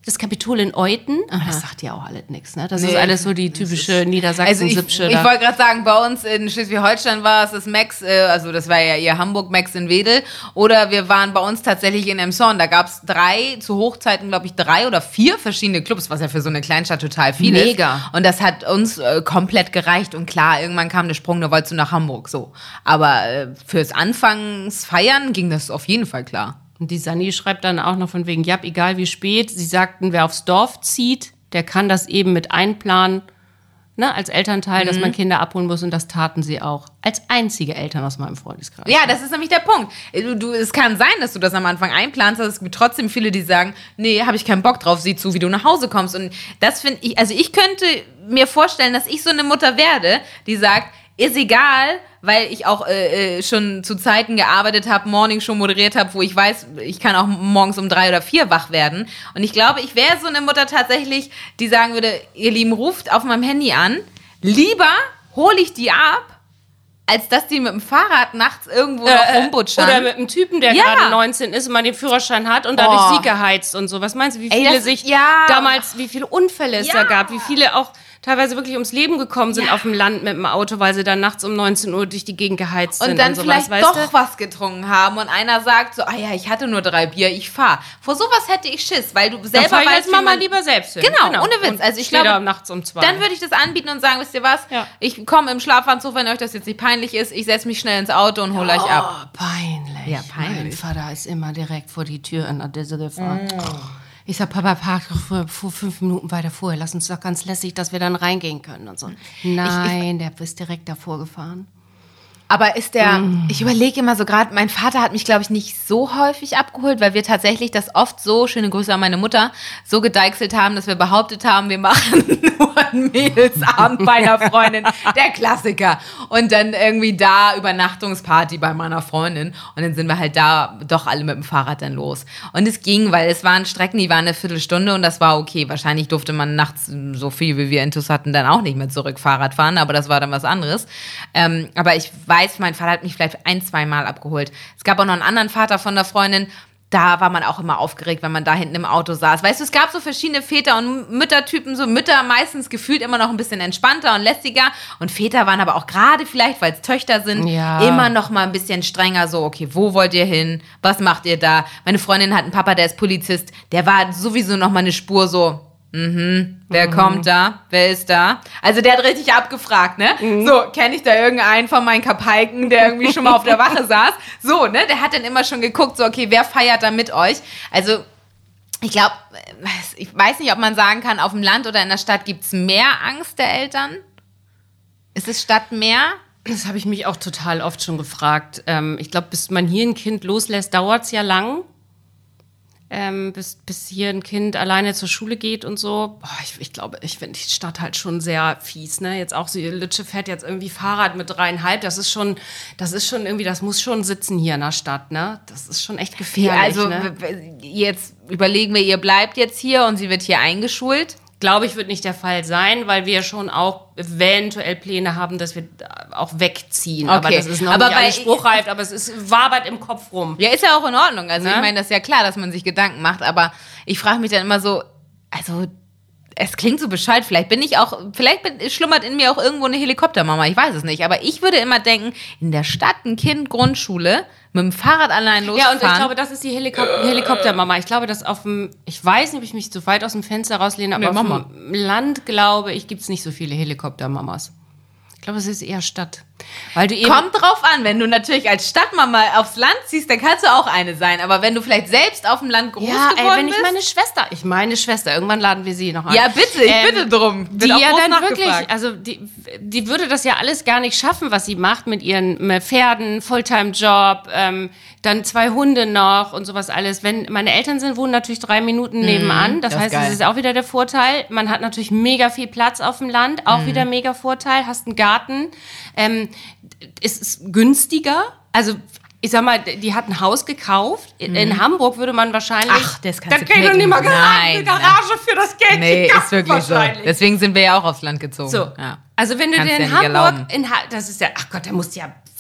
B: das Kapitol in Euten, Aha. das sagt ja auch alles nichts, ne? Das
A: Nee,
B: ist alles so die typische
A: also
B: Niedersachsen-Sippsche.
A: Ich, ich wollte gerade sagen, bei uns in Schleswig-Holstein war es das Max, äh, also das war ja ihr Hamburg-Max in Wedel. Oder wir waren bei uns tatsächlich in Emshorn. Da gab es drei, zu Hochzeiten glaube ich drei oder vier verschiedene Clubs, was ja für so eine Kleinstadt total viel ist.
B: Mega.
A: Und das hat uns äh, komplett gereicht. Und klar, irgendwann kam der Sprung, da wolltest du nach Hamburg, so. Aber äh, fürs Anfangsfeiern ging das auf jeden Fall klar.
B: Und die Sani schreibt dann auch noch von wegen, ja, egal wie spät. Sie sagten, wer aufs Dorf zieht, der kann das eben mit einplanen, ne, als Elternteil, mhm. dass man Kinder abholen muss. Und das taten sie auch. Als einzige Eltern aus meinem Freundeskreis.
A: Ja, das ist nämlich der Punkt. Du, du, es kann sein, dass du das am Anfang einplanst, aber es gibt trotzdem viele, die sagen, nee, habe ich keinen Bock drauf, sieh zu, wie du nach Hause kommst. Und das finde ich, also ich könnte mir vorstellen, dass ich so eine Mutter werde, die sagt, ist egal, weil ich auch äh, schon zu Zeiten gearbeitet habe, Morningshow moderiert habe, wo ich weiß, ich kann auch morgens um drei oder vier wach werden. Und ich glaube, ich wäre so eine Mutter tatsächlich, die sagen würde, ihr Lieben, ruft auf meinem Handy an, lieber hole ich die ab, als dass die mit dem Fahrrad nachts irgendwo noch
B: äh,
A: rumbutschern.
B: Oder mit einem Typen, der
A: Ja.
B: gerade neunzehn ist und mal den Führerschein hat und dadurch
A: Boah.
B: sie geheizt und so. Was meinst du, wie
A: Ey,
B: viele
A: das-
B: sich
A: ja.
B: damals, wie viele Unfälle es
A: Ja.
B: da gab, wie viele auch teilweise wirklich ums Leben gekommen sind
A: Ja.
B: auf dem Land mit dem Auto, weil sie dann nachts um neunzehn Uhr durch die Gegend geheizt sind
A: Und dann
B: und sowas,
A: vielleicht
B: weißt
A: doch
B: du?
A: was getrunken haben und einer sagt so, ah ja, ich hatte nur drei Bier, ich fahr. Vor sowas hätte ich Schiss, weil du
B: Dann
A: selber
B: fahr ich
A: weißt,
B: als
A: wie
B: Mama
A: man-
B: lieber selbst hin.
A: Genau, ohne Witz.
B: Und
A: Also ich
B: steh
A: glaube,
B: da nachts um zwei.
A: Dann würde ich das anbieten und sagen, wisst ihr was?
B: Ja.
A: Ich komme im Schlafanzug, wenn euch das jetzt nicht peinlich ist. Ich setze mich schnell ins Auto und hole euch ab.
B: Oh, peinlich.
A: Ja, peinlich.
B: Mein Vater ist immer direkt vor die Tür in der Disse gefahren.
A: Mm.
B: Ich sag, Papa, park doch vor, vor fünf Minuten weiter vorher. Lass uns doch ganz lässig, dass wir dann reingehen können und so. Nein, der ist direkt davor gefahren.
A: Aber ist der, ich überlege immer so gerade, mein Vater hat mich, glaube ich, nicht so häufig abgeholt, weil wir tatsächlich das oft so, schöne Grüße an meine Mutter, so gedeichselt haben, dass wir behauptet haben, wir machen nur einen Mädelsabend bei einer Freundin, der Klassiker. Und dann irgendwie da Übernachtungsparty bei meiner Freundin. Und dann sind wir halt da doch alle mit dem Fahrrad dann los. Und es ging, weil es waren Strecken, die waren eine Viertelstunde und das war okay. Wahrscheinlich durfte man nachts so viel, wie wir Intus hatten, dann auch nicht mehr zurück Fahrrad fahren, aber das war dann was anderes. Ähm, aber ich weiß, mein Vater hat mich vielleicht ein, zwei Mal abgeholt. Es gab auch noch einen anderen Vater von der Freundin, da war man auch immer aufgeregt, wenn man da hinten im Auto saß. Weißt du, es gab so verschiedene Väter- und Müttertypen, so Mütter meistens gefühlt immer noch ein bisschen entspannter und lässiger und Väter waren aber auch gerade vielleicht, weil es Töchter sind,
B: Ja.
A: immer noch mal ein bisschen strenger, so, okay, wo wollt ihr hin? Was macht ihr da? Meine Freundin hat einen Papa, der ist Polizist, der war sowieso noch mal eine Spur so, mhm, wer
B: Mhm.
A: kommt da? Wer ist da? Also der hat richtig abgefragt, ne?
B: Mhm.
A: So, kenne ich da irgendeinen von meinen Kapalken, der irgendwie schon mal auf der Wache saß? So, ne? Der hat dann immer schon geguckt, so, okay, wer feiert da mit euch? Also, ich glaube, ich weiß nicht, ob man sagen kann, auf dem Land oder in der Stadt gibt es mehr Angst der Eltern? Ist es Stadt mehr?
B: Das habe ich mich auch total oft schon gefragt. Ähm, ich glaube, bis man hier ein Kind loslässt, dauert es ja lang. Ähm, bis, bis hier ein Kind alleine zur Schule geht und so. Boah, ich, ich glaube, ich finde die Stadt halt schon sehr fies, ne? Jetzt auch so, ihr Lütsche fährt jetzt irgendwie Fahrrad mit dreieinhalb. Das ist schon, das ist schon irgendwie, das muss schon sitzen hier in der Stadt, ne? Das ist schon echt gefährlich,
A: also,
B: ne?
A: w- w- jetzt überlegen wir, ihr bleibt jetzt hier und sie wird hier eingeschult.
B: Glaube ich, wird nicht der Fall sein, weil wir schon auch eventuell Pläne haben, dass wir auch wegziehen. Aber
A: Okay.
B: das ist noch
A: Aber
B: nicht
A: bei-
B: alles spruchreif, aber es ist, wabert im Kopf rum.
A: Ja, ist ja auch in Ordnung. Also
B: Ne?
A: ich meine, das ist ja klar, dass man sich Gedanken macht, aber ich frage mich dann immer so, also es klingt so bescheuert, vielleicht bin ich auch, vielleicht bin, schlummert in mir auch irgendwo eine Helikoptermama, ich weiß es nicht, aber ich würde immer denken, in der Stadt ein Kind Grundschule mit dem Fahrrad allein losfahren.
B: Ja, und ich glaube, das ist die Helikop Helikoptermama. Ich glaube, dass auf dem, ich weiß nicht, ob ich mich zu weit aus dem Fenster rauslehne, aber
A: Nee,
B: auf
A: Mama.
B: dem Land, glaube ich, gibt es nicht so viele Helikoptermamas. Ich glaube, es ist eher Stadt. Weil du eben
A: Kommt drauf an, wenn du natürlich als Stadtmama aufs Land ziehst, dann kannst du auch eine sein, aber wenn du vielleicht selbst auf dem Land groß
B: ja,
A: geworden
B: ey, wenn ich
A: bist.
B: meine Schwester, ich meine Schwester, irgendwann laden wir sie noch ein.
A: Ja, bitte, ich
B: Ähm,
A: bitte drum. Wird
B: Die
A: auch
B: ja
A: groß
B: dann
A: nachgefragt.
B: wirklich, also die, die würde das ja alles gar nicht schaffen, was sie macht mit ihren äh, Pferden, Fulltime-Job, ähm, dann zwei Hunde noch und sowas alles. Wenn meine Eltern sind, wohnen natürlich drei Minuten nebenan. Das,
A: das ist
B: heißt,
A: geil.
B: das ist auch wieder der Vorteil. Man hat natürlich mega viel Platz auf dem Land, auch wieder mega Vorteil. Hast einen Garten. Ähm, es ist günstiger. Also ich sag mal, die hat ein Haus gekauft. In, in Hamburg würde man wahrscheinlich.
A: Ach, das kannst
B: da
A: du
B: kann ich noch
A: knicken.
B: nicht mal Garage,
A: Nein,
B: eine Garage für das Geld
A: Nee,
B: gekauft,
A: ist wirklich so.
B: wahrscheinlich.
A: Deswegen sind wir ja auch aufs Land gezogen.
B: So,
A: Ja.
B: also wenn du
A: Kannst
B: dir
A: ja
B: in
A: nicht erlauben.
B: Hamburg, in ha das ist ja, ach Gott, da musst du ja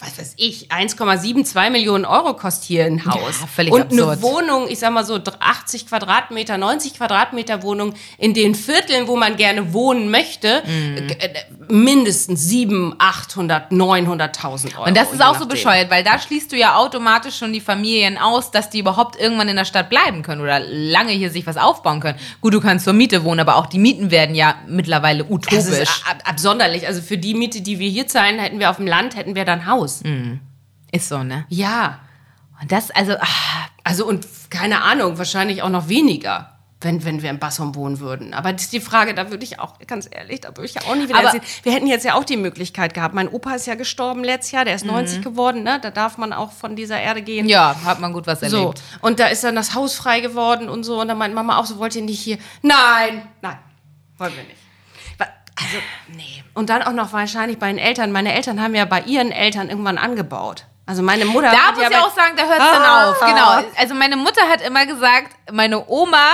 B: was weiß ich, eins Komma zweiundsiebzig Millionen Euro kostet hier ein Haus.
A: Ja, völlig
B: und
A: absurd.
B: eine Wohnung, ich sag mal so achtzig Quadratmeter, neunzig Quadratmeter Wohnung in den Vierteln, wo man gerne wohnen möchte, mhm. äh, mindestens siebenhundert, achthundert, neunhunderttausend Euro.
A: Und das ist auch so
B: nachdem.
A: bescheuert, weil da schließt du ja automatisch schon die Familien aus, dass die überhaupt irgendwann in der Stadt bleiben können oder lange hier sich was aufbauen können. Gut, du kannst zur Miete wohnen, aber auch die Mieten werden ja mittlerweile utopisch.
B: Das ist ab- absonderlich. Also für die Miete, die wir hier zahlen, hätten wir auf dem Land, hätten wir dann Haus.
A: Ist so, ne?
B: Ja.
A: Und das, also, ach,
B: Also und keine Ahnung, wahrscheinlich auch noch weniger, wenn, wenn wir in Bassum wohnen würden. Aber das ist die Frage, da würde ich auch, ganz ehrlich, da würde ich ja auch nicht wieder
A: Aber-
B: sehen. Wir hätten jetzt ja auch die Möglichkeit gehabt. Mein Opa ist ja gestorben letztes Jahr, der ist neunzig geworden, ne? Da darf man auch von dieser Erde gehen.
A: ja, hat man gut was
B: So,
A: erlebt.
B: und da ist dann das Haus frei geworden und so. Und dann meint Mama auch so, wollt ihr nicht hier? Nein, nein, wollen wir nicht. Wa- Also, nee. Und dann auch noch wahrscheinlich bei den Eltern. Meine Eltern haben ja bei ihren Eltern irgendwann angebaut. Also meine Mutter
A: Da
B: hat
A: muss
B: ja
A: ich
B: bei-
A: auch sagen, da hört es dann
B: Ah.
A: auf. Genau. Also meine Mutter hat immer gesagt, meine Oma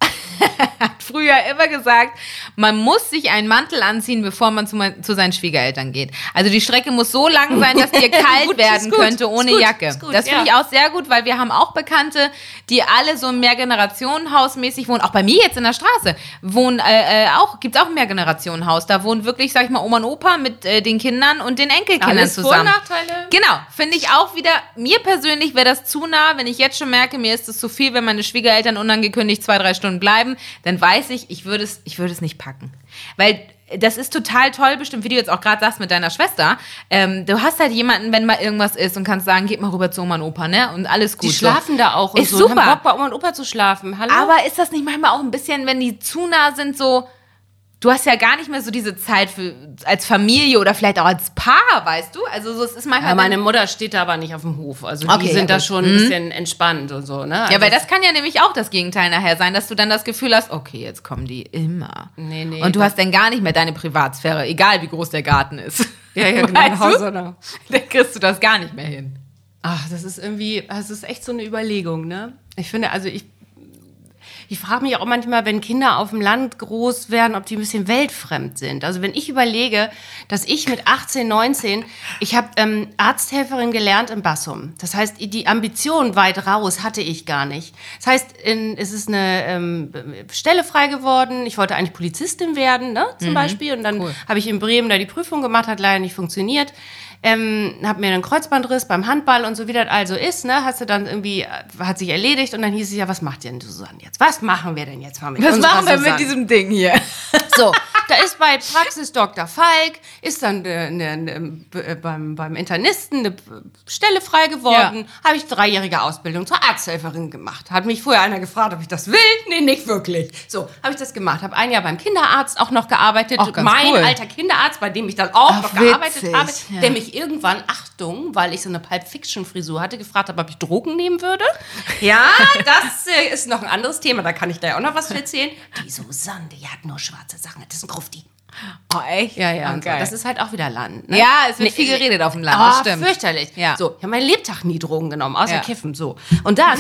A: hat früher immer gesagt, man muss sich einen Mantel anziehen, bevor man zu, mein, zu seinen Schwiegereltern geht. Also die Strecke muss so lang sein, dass dir kalt
B: Gut,
A: werden
B: ist gut,
A: könnte
B: ist
A: ohne
B: gut,
A: Jacke.
B: ist gut,
A: das finde
B: ja.
A: ich auch sehr gut, weil wir haben auch Bekannte, die alle so Mehrgenerationenhausmäßig wohnen. Auch bei mir jetzt in der Straße wohnen äh, äh, auch, gibt es auch ein Mehrgenerationenhaus. Da wohnen wirklich, sag ich mal, Oma und Opa mit äh, den Kindern und den Enkelkindern
B: Alles Vor-
A: zusammen.
B: und Nachteile.
A: Genau, finde ich auch wieder, mir persönlich wäre das zu nah, wenn ich jetzt schon merke, mir ist es zu viel, wenn meine Schwiegereltern unangekündigt zwei, drei Stunden bleiben, dann weiß ich, ich würde es, ich würde es nicht packen. Weil das ist total toll bestimmt, wie du jetzt auch gerade sagst mit deiner Schwester. Ähm, du hast halt jemanden, wenn mal irgendwas ist und kannst sagen, geht mal rüber zu Oma und Opa, ne? Und alles gut.
B: Die schlafen da auch und
A: Ist
B: so.
A: super.
B: Und haben Bock bei Oma und Opa zu schlafen. Hallo?
A: Aber ist das nicht manchmal auch ein bisschen, wenn die zu nah sind, so, du hast ja gar nicht mehr so diese Zeit für, als Familie oder vielleicht auch als Paar, weißt du? Also so, es ist manchmal...
B: ja, meine Mutter steht da aber nicht auf dem Hof. Also die
A: Okay,
B: sind
A: ja
B: da
A: gut.
B: schon ein bisschen entspannt und so. Ne? Also
A: ja, weil das kann ja nämlich auch das Gegenteil nachher sein, dass du dann das Gefühl hast, okay, jetzt kommen die immer.
B: Nee, nee,
A: Und du
B: das-
A: hast dann gar nicht mehr deine Privatsphäre, egal wie groß der Garten ist.
B: Ja, ja, genau.
A: Weißt
B: Haus
A: du?
B: oder-
A: Dann kriegst du das gar nicht mehr hin.
B: Ach, das ist irgendwie, das ist echt so eine Überlegung, ne? Ich finde, also ich, ich frage mich auch manchmal, wenn Kinder auf dem Land groß werden, ob die ein bisschen weltfremd sind. Also wenn ich überlege, dass ich mit achtzehn, neunzehn, ich habe ähm, Arzthelferin gelernt in Bassum. Das heißt, die Ambition weit raus hatte ich gar nicht. Das heißt, in, es ist eine ähm, Stelle frei geworden. Ich wollte eigentlich Polizistin werden, ne, zum Beispiel. Und dann habe ich in Bremen da die Prüfung gemacht, hat leider nicht funktioniert. Ähm, hab mir einen Kreuzbandriss beim Handball und so, wie das also ist, ne, hast du dann irgendwie, hat sich erledigt und dann hieß es ja, was macht ihr denn, Susanne, jetzt? Was machen wir denn jetzt mal mit
A: Was
B: unserer
A: machen wir
B: Susanne?
A: mit diesem Ding hier?
B: So, da ist bei Praxis Doktor Falk, ist dann äh, ne, ne, äh, beim, beim Internisten eine Stelle frei geworden, habe ich dreijährige Ausbildung zur Arzthelferin gemacht. Hat mich vorher einer gefragt, ob ich das will. Nee, nicht wirklich. So, habe ich das gemacht. Habe ein Jahr beim Kinderarzt auch noch gearbeitet.
A: Ach, ganz
B: mein
A: cool.
B: alter Kinderarzt, bei dem ich dann auch
A: Ach,
B: noch gearbeitet
A: witzig,
B: habe,
A: ja.
B: der mich irgendwann, Achtung, weil ich so eine Pulp-Fiction-Frisur hatte, gefragt habe, ob ich Drogen nehmen würde. Ja, das äh, ist noch ein anderes Thema, da kann ich da auch noch was zu erzählen. Die Susanne, die hat nur schwarze Sachen, das ist ein Grufti.
A: Oh, echt?
B: Ja, ja,
A: Oh,
B: und so.
A: geil.
B: Das ist halt auch wieder Land. Ne?
A: Ja, es wird
B: Nee,
A: viel geredet auf dem Land,
B: Oh,
A: das stimmt.
B: fürchterlich.
A: Ja.
B: So, ich habe meinen Lebtag nie Drogen genommen, außer
A: Ja.
B: Kiffen, so. Und dann...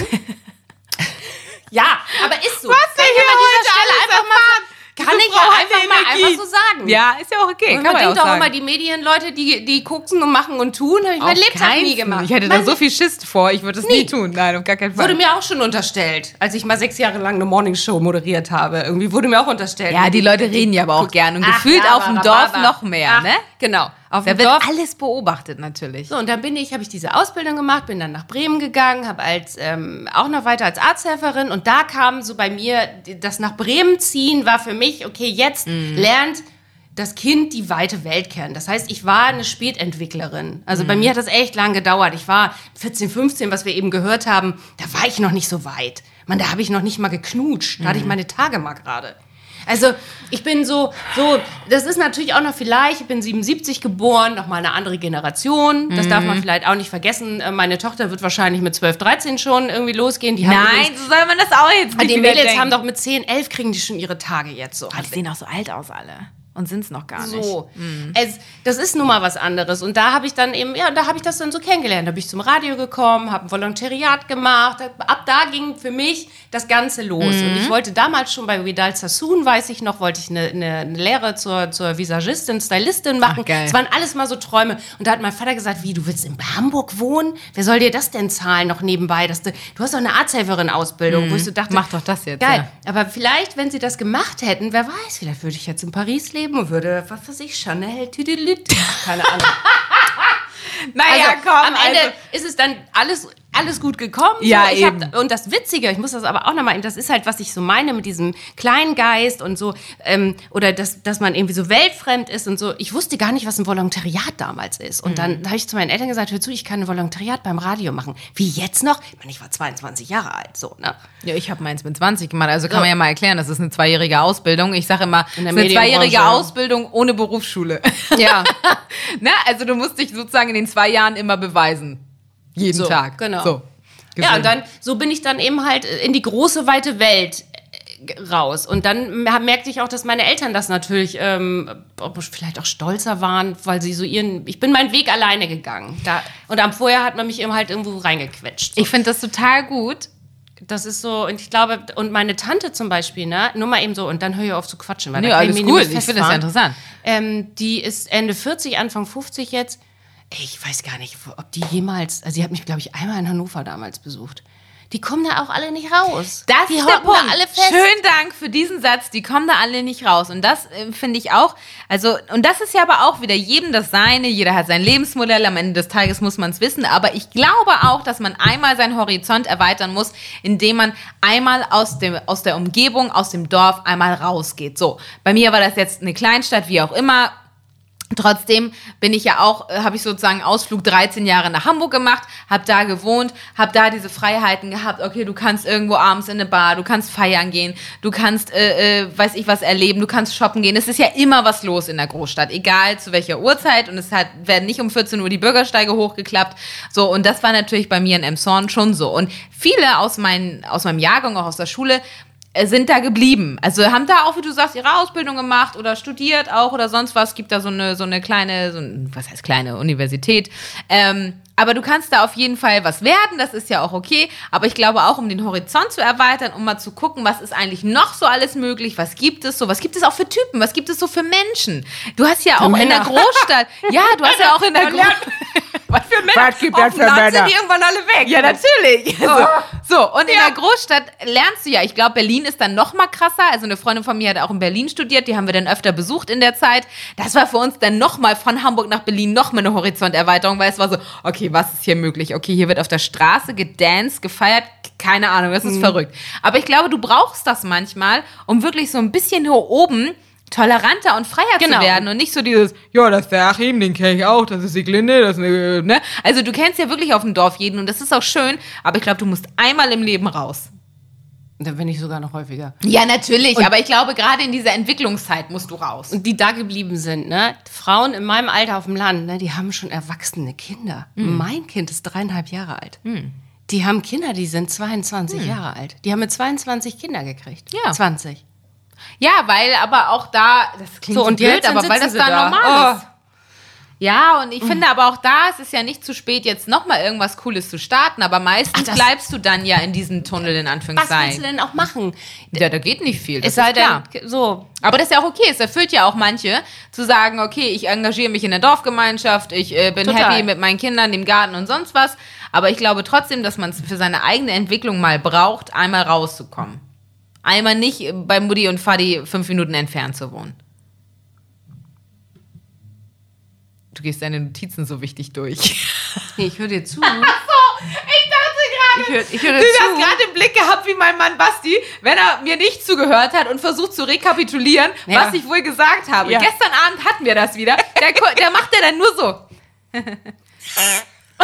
B: ja, aber ist so.
A: Was
B: Kann
A: denn
B: ich
A: hier
B: an dieser
A: heute
B: Stelle
A: alles
B: einfach mal... Kann
A: Diese
B: ich ja
A: Frau hat
B: einfach
A: die
B: mal
A: Energie.
B: einfach so sagen.
A: Ja, ist ja auch okay.
B: Und
A: kann
B: man
A: man ja auch
B: denkt auch
A: sagen.
B: immer, die Medienleute, die, die gucken und machen und tun, habe ich meinen
A: Auf
B: Lebtag
A: keinen
B: nie
A: Fall.
B: gemacht.
A: Ich hätte
B: Mein
A: da so viel Schiss vor, ich würde es nie
B: Nie.
A: tun. Nein, auf gar keinen Fall.
B: Wurde mir auch schon unterstellt, als ich mal sechs Jahre lang eine Morningshow moderiert habe. Irgendwie wurde mir auch unterstellt.
A: ja, die Leute reden ja aber auch gern und
B: Ach,
A: gefühlt
B: ja,
A: auf dem
B: aber,
A: Dorf
B: aber.
A: noch mehr,
B: Ach,
A: ne?
B: Genau. Auf
A: Da
B: dem
A: wird
B: Dorf.
A: alles beobachtet natürlich.
B: So, und dann bin ich, habe ich diese Ausbildung gemacht, bin dann nach Bremen gegangen, habe als ähm, auch noch weiter als Arzthelferin und da kam so bei mir, das nach Bremen ziehen war für mich, okay, jetzt lernt das Kind die weite Welt kennen. Das heißt, ich war eine Spätentwicklerin. Also bei mir hat das echt lang gedauert. Ich war vierzehn, fünfzehn, was wir eben gehört haben, da war ich noch nicht so weit. Man, da habe ich noch nicht mal geknutscht. Da hatte ich meine Tage mal gerade. Also ich bin so, so, das ist natürlich auch noch vielleicht, ich bin siebenundsiebzig geboren, noch mal eine andere Generation. Das darf man vielleicht auch nicht vergessen. Äh, Meine Tochter wird wahrscheinlich mit zwölf, dreizehn schon irgendwie losgehen. Die haben
A: Nein,
B: übrigens-
A: so soll man das auch jetzt
B: Ah,
A: nicht
B: die
A: wieder
B: Mädels
A: denken.
B: haben doch mit zehn, elf kriegen die schon ihre Tage jetzt so.
A: Oh, die sehen auch so alt aus alle. und sind es noch gar nicht.
B: So, mhm. es, das ist nun mal was anderes. Und da habe ich dann eben, ja, da habe ich das dann so kennengelernt. Da bin ich zum Radio gekommen, habe ein Volontariat gemacht. Ab da ging für mich das Ganze los. Mhm. Und ich wollte damals schon bei Vidal Sassoon, weiß ich noch, wollte ich eine, eine, eine Lehre zur, zur Visagistin, Stylistin machen.
A: Ach,
B: das waren alles mal so Träume. Und da hat mein Vater gesagt, wie, du willst in Hamburg wohnen? Wer soll dir das denn zahlen noch nebenbei? Dass du, du hast doch eine Arzthelferin-Ausbildung, mhm. wo ich so dachte,
A: mach doch das jetzt.
B: Geil.
A: Ja.
B: Aber vielleicht, wenn sie das gemacht hätten, wer weiß, vielleicht würde ich jetzt in Paris leben und würde, was weiß ich, Chanel, Tüdelüt, keine Ahnung.
A: Naja,
B: also,
A: komm.
B: am Ende
A: also.
B: ist es dann alles, alles gut gekommen.
A: Ja,
B: so. ich
A: eben.
B: Hab, und das Witzige, ich muss das aber auch nochmal, das ist halt, was ich so meine mit diesem Kleingeist und so, ähm, oder dass, dass man irgendwie so weltfremd ist und so. Ich wusste gar nicht, was ein Volontariat damals ist. Und dann mhm. habe ich zu meinen Eltern gesagt, hör zu, ich kann ein Volontariat beim Radio machen. Wie jetzt noch? Ich meine, ich war zweiundzwanzig Jahre alt, so, ne?
A: Ja, ich habe meins mit zwanzig gemacht. Also kann
B: so.
A: man ja mal erklären, das ist eine zweijährige Ausbildung. Ich sage immer,
B: in
A: das
B: der
A: ist eine zweijährige
B: Medienbranche.
A: Ausbildung ohne Berufsschule.
B: Ja.
A: Ne? Also du musst dich sozusagen in den zwei Jahren immer beweisen. Jeden
B: so,
A: Tag.
B: Genau.
A: So.
B: Ja, und dann, so bin ich dann eben halt in die große, weite Welt raus. Und dann merkte ich auch, dass meine Eltern das natürlich ähm, vielleicht auch stolzer waren, weil sie so ihren, ich bin meinen Weg alleine gegangen. Da, und am vorher hat man mich eben halt irgendwo reingequetscht. So.
A: Ich finde das total gut.
B: Das ist so, und ich glaube, und meine Tante zum Beispiel, ne, nur mal eben so, und dann höre ich auf zu quatschen, weil
A: Nö,
B: da kann
A: alles
B: ich mich
A: gut.
B: nicht
A: Ich finde das ja interessant.
B: Ähm, die ist Ende vierzig, Anfang fünfzig jetzt. Ich weiß gar nicht, ob die jemals, also sie hat mich, glaube ich, einmal in Hannover damals besucht. Die kommen da auch alle nicht raus.
A: Das
B: die
A: ist der
B: hocken
A: Punkt.
B: da alle fest.
A: Schönen Dank für diesen Satz. Die kommen da alle nicht raus. Und das äh, finde ich auch, also, und das ist ja aber auch wieder jedem das Seine. Jeder hat sein Lebensmodell. Am Ende des Tages muss man es wissen. Aber ich glaube auch, dass man einmal seinen Horizont erweitern muss, indem man einmal aus dem, aus der Umgebung, aus dem Dorf einmal rausgeht. So. Bei mir war das jetzt eine Kleinstadt, wie auch immer. Trotzdem bin ich ja auch, habe ich sozusagen Ausflug dreizehn Jahre nach Hamburg gemacht, habe da gewohnt, habe da diese Freiheiten gehabt. Okay, du kannst irgendwo abends in eine Bar, du kannst feiern gehen, du kannst, äh, äh, weiß ich was erleben, du kannst shoppen gehen. Es ist ja immer was los in der Großstadt, egal zu welcher Uhrzeit. Und es hat, werden nicht um vierzehn Uhr die Bürgersteige hochgeklappt. So, und das war natürlich bei mir in Emshorn schon so. Und viele aus, mein, aus meinem Jahrgang, auch aus der Schule, sind da geblieben. Also haben da auch, wie du sagst, ihre Ausbildung gemacht oder studiert auch oder sonst was. Es gibt da so eine, so eine kleine, so ein, was heißt kleine Universität. Ähm, aber du kannst da auf jeden Fall was werden, das ist ja auch okay. Aber ich glaube auch, um den Horizont zu erweitern, um mal zu gucken, was ist eigentlich noch so alles möglich, was gibt es so, was gibt es auch für Typen, was gibt es so für Menschen. Du hast ja auch in der Großstadt, ja, du hast ja auch in der Großstadt, was für Männer?
B: Was gibt es für Männer? Sind die irgendwann alle weg?
A: Ja, natürlich. Oh. So, so, und in ja. der Großstadt lernst du ja, ich glaube, Berlin ist dann noch mal krasser. Also eine Freundin von mir hat auch in Berlin studiert, die haben wir dann öfter besucht in der Zeit. Das war für uns dann noch mal von Hamburg nach Berlin noch mal eine Horizonterweiterung, weil es war so, okay, was ist hier möglich? Okay, hier wird auf der Straße gedanced, gefeiert, keine Ahnung, das ist mhm. verrückt. Aber ich glaube, du brauchst das manchmal, um wirklich so ein bisschen hier oben toleranter und freier genau. zu werden und nicht so dieses, ja, das ist der Achim, den kenne ich auch, das ist die Glinde, das ist eine, ne? Also du kennst ja wirklich auf dem Dorf jeden und das ist auch schön, aber ich glaube, du musst einmal im Leben raus.
B: Dann bin ich sogar noch häufiger.
A: Ja, natürlich,
B: und
A: aber ich glaube, gerade in dieser Entwicklungszeit musst du raus.
B: Und die da geblieben sind, ne? Frauen in meinem Alter auf dem Land, ne, die haben schon erwachsene Kinder. Mhm. Mein Kind ist dreieinhalb Jahre alt. Mhm. Die haben Kinder, die sind zweiundzwanzig mhm. Jahre alt. Die haben mit zweiundzwanzig Kinder gekriegt.
A: Ja.
B: zwanzig.
A: Ja, weil aber auch da, das klingt so,
B: und
A: blöd,
B: jetzt
A: aber weil das da,
B: da
A: normal
B: oh.
A: ist. Ja, und ich mhm. finde aber auch da, es ist ja nicht zu spät, jetzt nochmal irgendwas Cooles zu starten, aber meistens Ach, bleibst du dann ja in diesem Tunnel, in Anführungszeichen.
B: Was willst du denn auch machen?
A: Ja, da geht nicht viel, das
B: es sei
A: ist klar.
B: Denn, so.
A: Aber das ist ja auch okay, es erfüllt ja auch manche, zu sagen, okay, ich engagiere mich in der Dorfgemeinschaft, ich äh, bin
B: Total.
A: happy mit meinen Kindern, dem Garten und sonst was, aber ich glaube trotzdem, dass man es für seine eigene Entwicklung mal braucht, einmal rauszukommen. Einmal nicht bei Mutti und Vati fünf Minuten entfernt zu wohnen. Du gehst deine Notizen so wichtig durch.
B: Nee, ich höre dir zu.
A: Ach so, ich dachte gerade,
B: ich hör, ich hör
A: du hast gerade den Blick gehabt wie mein Mann Basti, wenn er mir nicht zugehört hat und versucht zu rekapitulieren, ja. was ich wohl gesagt habe. Ja. Gestern Abend hatten wir das wieder. Der, der macht ja dann nur so. Und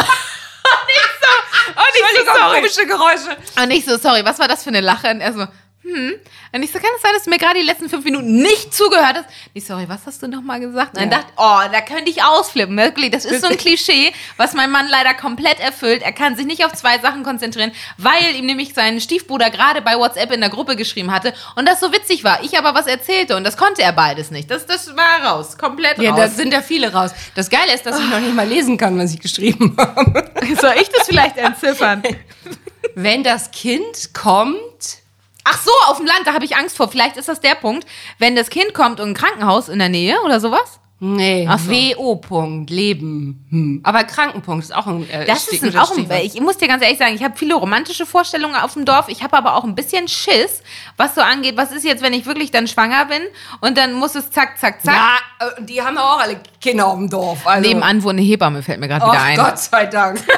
A: nicht so, und nicht so, sorry.
B: Komische Geräusche.
A: Und nicht so, sorry, was war das für eine Lache? Und er so, Und ich so, kann es sein, dass du mir gerade die letzten fünf Minuten nicht zugehört hast? Ich, sorry, was hast du nochmal gesagt? Und dann
B: Ja.
A: dachte oh, da könnte ich ausflippen. Wirklich, das ist so ein Klischee, was mein Mann leider komplett erfüllt. Er kann sich nicht auf zwei Sachen konzentrieren, weil ihm nämlich sein Stiefbruder gerade bei WhatsApp in der Gruppe geschrieben hatte und das so witzig war. Ich aber was erzählte und das konnte er beides nicht. Das, das war raus, komplett
B: Ja,
A: raus.
B: da sind ja viele raus. Das Geile ist, dass ich noch nicht mal lesen kann, was ich geschrieben habe.
A: Soll ich das vielleicht entziffern?
B: Wenn das Kind kommt...
A: Ach so, auf dem Land, da habe ich Angst vor. Vielleicht ist das der Punkt, wenn das Kind kommt und ein Krankenhaus in der Nähe oder sowas.
B: Nee,
A: Ach so.
B: W O-Punkt, Leben. Hm. Aber Krankenpunkt ist auch ein äh,
A: Das
B: Stich-
A: ist ein, auch ein,
B: Stichwort.
A: ich muss dir ganz ehrlich sagen, ich habe viele romantische Vorstellungen auf dem Dorf. Ich habe aber auch ein bisschen Schiss, was so angeht. Was ist jetzt, wenn ich wirklich dann schwanger bin und dann muss es zack, zack, zack.
B: Ja, äh, die haben auch alle Kinder auf dem Dorf. Also.
A: Nebenan wohnt eine Hebamme, fällt mir gerade
B: Ach
A: wieder ein.
B: Gott sei Dank. Stimmt,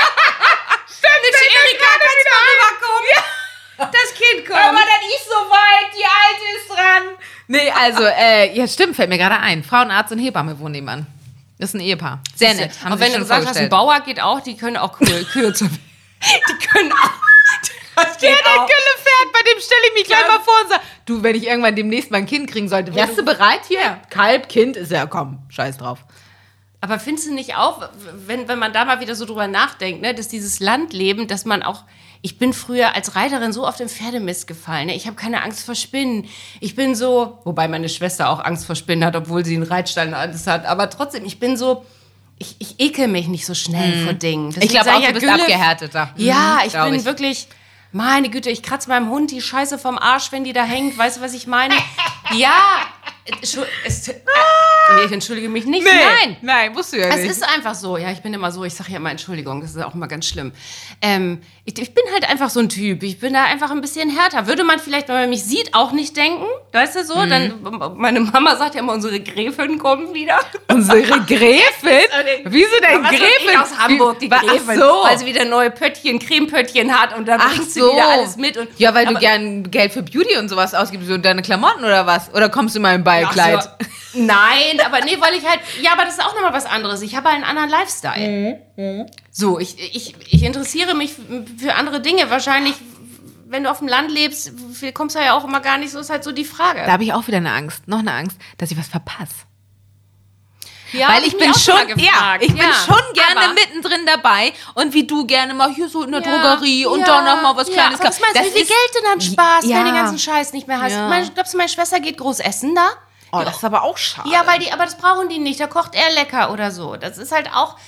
B: Erika, kannst du mal rüberkommen? Ja. Das Kind kommt.
A: Aber dann ist so weit, die Alte ist dran. Nee, also, äh, ja stimmt, fällt mir gerade ein. Frauenarzt und Hebamme wohnen nebenan. Das ist ein Ehepaar. Sehr nett. Haben
B: Und
A: sich
B: wenn du
A: schon
B: gesagt hast, ein
A: vorgestellt.
B: Bauer geht auch, die können auch Kühe, Kühe zur Die können auch. Das
A: Der,
B: geht
A: der
B: auch.
A: Gülle fährt, bei dem stelle ich mich gleich
B: Ja.
A: mal vor und sage, du, wenn ich irgendwann demnächst mal ein Kind kriegen sollte, wärst du bereit hier? Kalb, Kind, ist ja, komm, scheiß drauf.
B: Aber findest du nicht auch, wenn, wenn man da mal wieder so drüber nachdenkt, ne, dass dieses Landleben, dass man auch, ich bin früher als Reiterin so auf den Pferdemist gefallen, ne? Ich habe keine Angst vor Spinnen. Ich bin so, wobei meine Schwester auch Angst vor Spinnen hat, obwohl sie einen Reitstall und alles hat, aber trotzdem, ich bin so, ich, ich ekel mich nicht so schnell vor Dingen. Deswegen
A: Ich glaube
B: sag
A: auch,
B: ja,
A: du bist
B: Gülle-
A: abgehärteter.
B: Ja,
A: Mhm,
B: ich
A: glaub
B: bin
A: ich.
B: wirklich, meine Güte, ich kratze meinem Hund die Scheiße vom Arsch, wenn die da hängt. Weißt du, was ich meine? Ja, Entschu- es, äh, nee, ich entschuldige mich nicht. Nein,
A: Nein, musst du ja
B: es
A: nicht.
B: ist einfach so. Ja, ich bin immer so, ich sage ja immer Entschuldigung, das ist auch immer ganz schlimm. Ähm, ich, ich bin halt einfach so ein Typ. Ich bin da einfach ein bisschen härter. Würde man vielleicht, wenn man mich sieht, auch nicht denken. Weißt du so?
A: Mhm.
B: Dann, meine Mama sagt ja immer, unsere Gräfin kommen wieder.
A: Unsere Gräfin? Wieso denn
B: Was weiß
A: Gräfin?
B: ich aus Hamburg, die
A: Wie- wa-
B: Gräfin.
A: Ach so.
B: Weil sie wieder neue Pöttchen, Cremepöttchen hat und dann
A: Ach
B: bringt sie
A: so.
B: wieder alles mit. Und,
A: Ja, weil
B: aber-
A: du gern Geld für Beauty und sowas ausgibst und deine Klamotten oder was? Oder kommst du mal im Ballkleid?
B: Ach so. Nein, aber nee, weil ich halt, ja, aber das ist auch nochmal was anderes. Ich habe halt einen anderen Lifestyle. So, ich, ich, ich interessiere mich für andere Dinge. Wahrscheinlich, wenn du auf dem Land lebst, kommst du ja auch immer gar nicht, so ist halt so die Frage.
A: Da habe ich auch wieder eine Angst, noch eine Angst, dass ich was verpasse.
B: Ja,
A: Weil
B: hab
A: ich
B: mich
A: bin
B: auch
A: schon,
B: mal
A: ja,
B: gefragt.
A: ich bin
B: Ja,
A: schon gerne
B: aber-
A: mittendrin dabei und wie du gerne mal hier so in der
B: Ja,
A: Drogerie und
B: ja,
A: da noch mal was
B: ja,
A: Kleines.
B: aber was meinst du, wie viel
A: ist-
B: Geld du dann sparst,
A: Ja.
B: wenn du den ganzen Scheiß nicht mehr hast?
A: Ja.
B: Meine, glaubst du, meine Schwester geht groß essen da?
A: Oh, das ist aber auch schade.
B: Ja, weil die, aber das brauchen die nicht. Da kocht er lecker oder so. Das ist halt auch.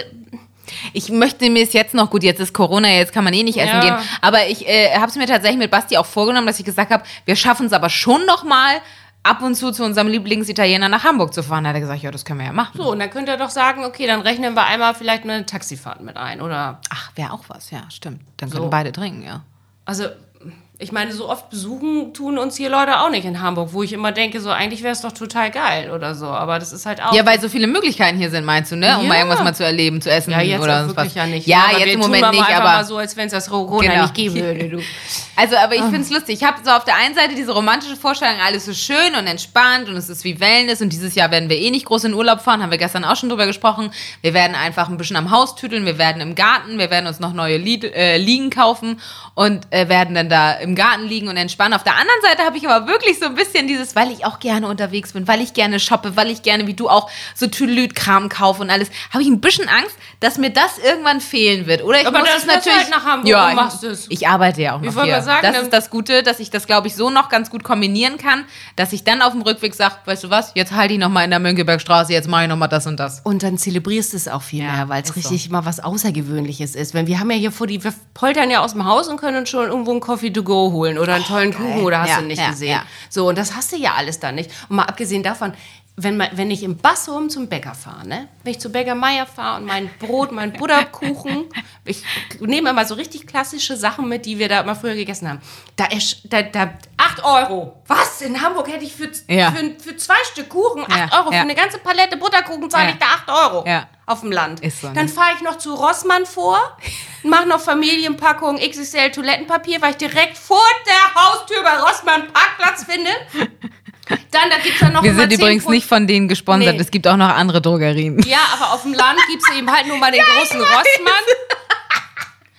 A: Ich möchte mir es jetzt noch, gut, jetzt ist Corona, jetzt kann man eh nicht essen
B: Ja.
A: gehen, aber ich äh, habe es mir tatsächlich mit Basti auch vorgenommen, dass ich gesagt habe, wir schaffen es aber schon noch mal, ab und zu zu unserem Lieblingsitaliener nach Hamburg zu fahren. Da hat er gesagt, ja, das können wir ja machen.
B: So, und dann könnt ihr doch sagen, okay, dann rechnen wir einmal vielleicht eine Taxifahrt mit ein, oder?
A: Ach, wäre auch was, ja, stimmt. Dann
B: So.
A: können beide trinken, ja.
B: Also, ich meine, so oft besuchen tun uns hier Leute auch nicht in Hamburg, wo ich immer denke, so eigentlich wäre es doch total geil oder so. Aber das ist halt auch.
A: Ja, weil so viele Möglichkeiten hier sind, meinst du, ne? Um
B: Ja.
A: mal irgendwas mal zu erleben, zu essen
B: ja, jetzt
A: oder
B: auch
A: sonst
B: wirklich
A: was.
B: ja nicht.
A: Ja,
B: aber
A: jetzt
B: wir
A: im
B: tun
A: Moment
B: mal
A: nicht,
B: einfach
A: aber
B: mal so, als wenn es das Corona
A: Genau.
B: nicht geben würde. Du.
A: Also, aber ich finde es lustig. Ich habe so auf der einen Seite diese romantische Vorstellung, alles so schön und entspannt und es ist wie Wellness und dieses Jahr werden wir eh nicht groß in Urlaub fahren, haben wir gestern auch schon drüber gesprochen. Wir werden einfach ein bisschen am Haus tüdeln, wir werden im Garten, wir werden uns noch neue Lied, äh, Liegen kaufen und äh, werden dann da im Garten liegen und entspannen. Auf der anderen Seite habe ich aber wirklich so ein bisschen dieses, weil ich auch gerne unterwegs bin, weil ich gerne shoppe, weil ich gerne, wie du auch, so Tüdelüt-Kram kaufe und alles, habe ich ein bisschen Angst, dass mir das irgendwann fehlen wird. Oder ich
B: Aber
A: muss
B: dann
A: es
B: fährst du
A: natürlich
B: halt nach Hamburg
A: ja,
B: und machst
A: ich,
B: es.
A: ich arbeite ja auch noch
B: Ich wollte
A: hier.
B: mal sagen,
A: das
B: dann-
A: ist das Gute, dass ich das, glaube ich, so noch ganz gut kombinieren kann, dass ich dann auf dem Rückweg sage, weißt du was, jetzt halte ich noch mal in der Mönckebergstraße, jetzt mache ich noch mal das und das.
B: Und dann zelebrierst du es auch viel
A: Ja,
B: mehr, weil es
A: ist
B: richtig mal was Außergewöhnliches ist. Wenn wir haben ja hier vor die, wir poltern ja aus dem Haus und können uns schon irgendwo einen Coffee to go holen oder einen tollen Kuchen oder hast
A: Ja,
B: du nicht
A: ja,
B: gesehen.
A: ja.
B: So, und das hast du ja alles dann nicht. Und mal abgesehen davon, wenn, man, wenn ich im Bassum zum Bäcker fahre, ne? Wenn ich zu Bäcker Meier fahre und mein Brot, mein Butterkuchen, ich nehme immer so richtig klassische Sachen mit, die wir da immer früher gegessen haben. Da ist, da, da, acht Euro. Was? In Hamburg hätte ich für,
A: Ja.
B: für, für zwei Stück Kuchen acht
A: Ja,
B: Euro.
A: ja.
B: Für eine ganze Palette Butterkuchen zahle
A: Ja.
B: ich da acht Euro.
A: Ja.
B: Auf dem Land.
A: Ist so, ne?
B: Dann fahre ich noch zu Rossmann vor, mache noch Familienpackung X X L Toilettenpapier, weil ich direkt vor der Haustür bei Rossmann Parkplatz finde. Dann, da gibt's dann noch
A: Wir
B: immer
A: sind
B: zehn
A: übrigens
B: Pfund-
A: nicht von denen gesponsert,
B: Nee.
A: es gibt auch noch andere Drogerien.
B: Ja, aber auf dem Land gibt's eben halt nur mal den großen Rossmann.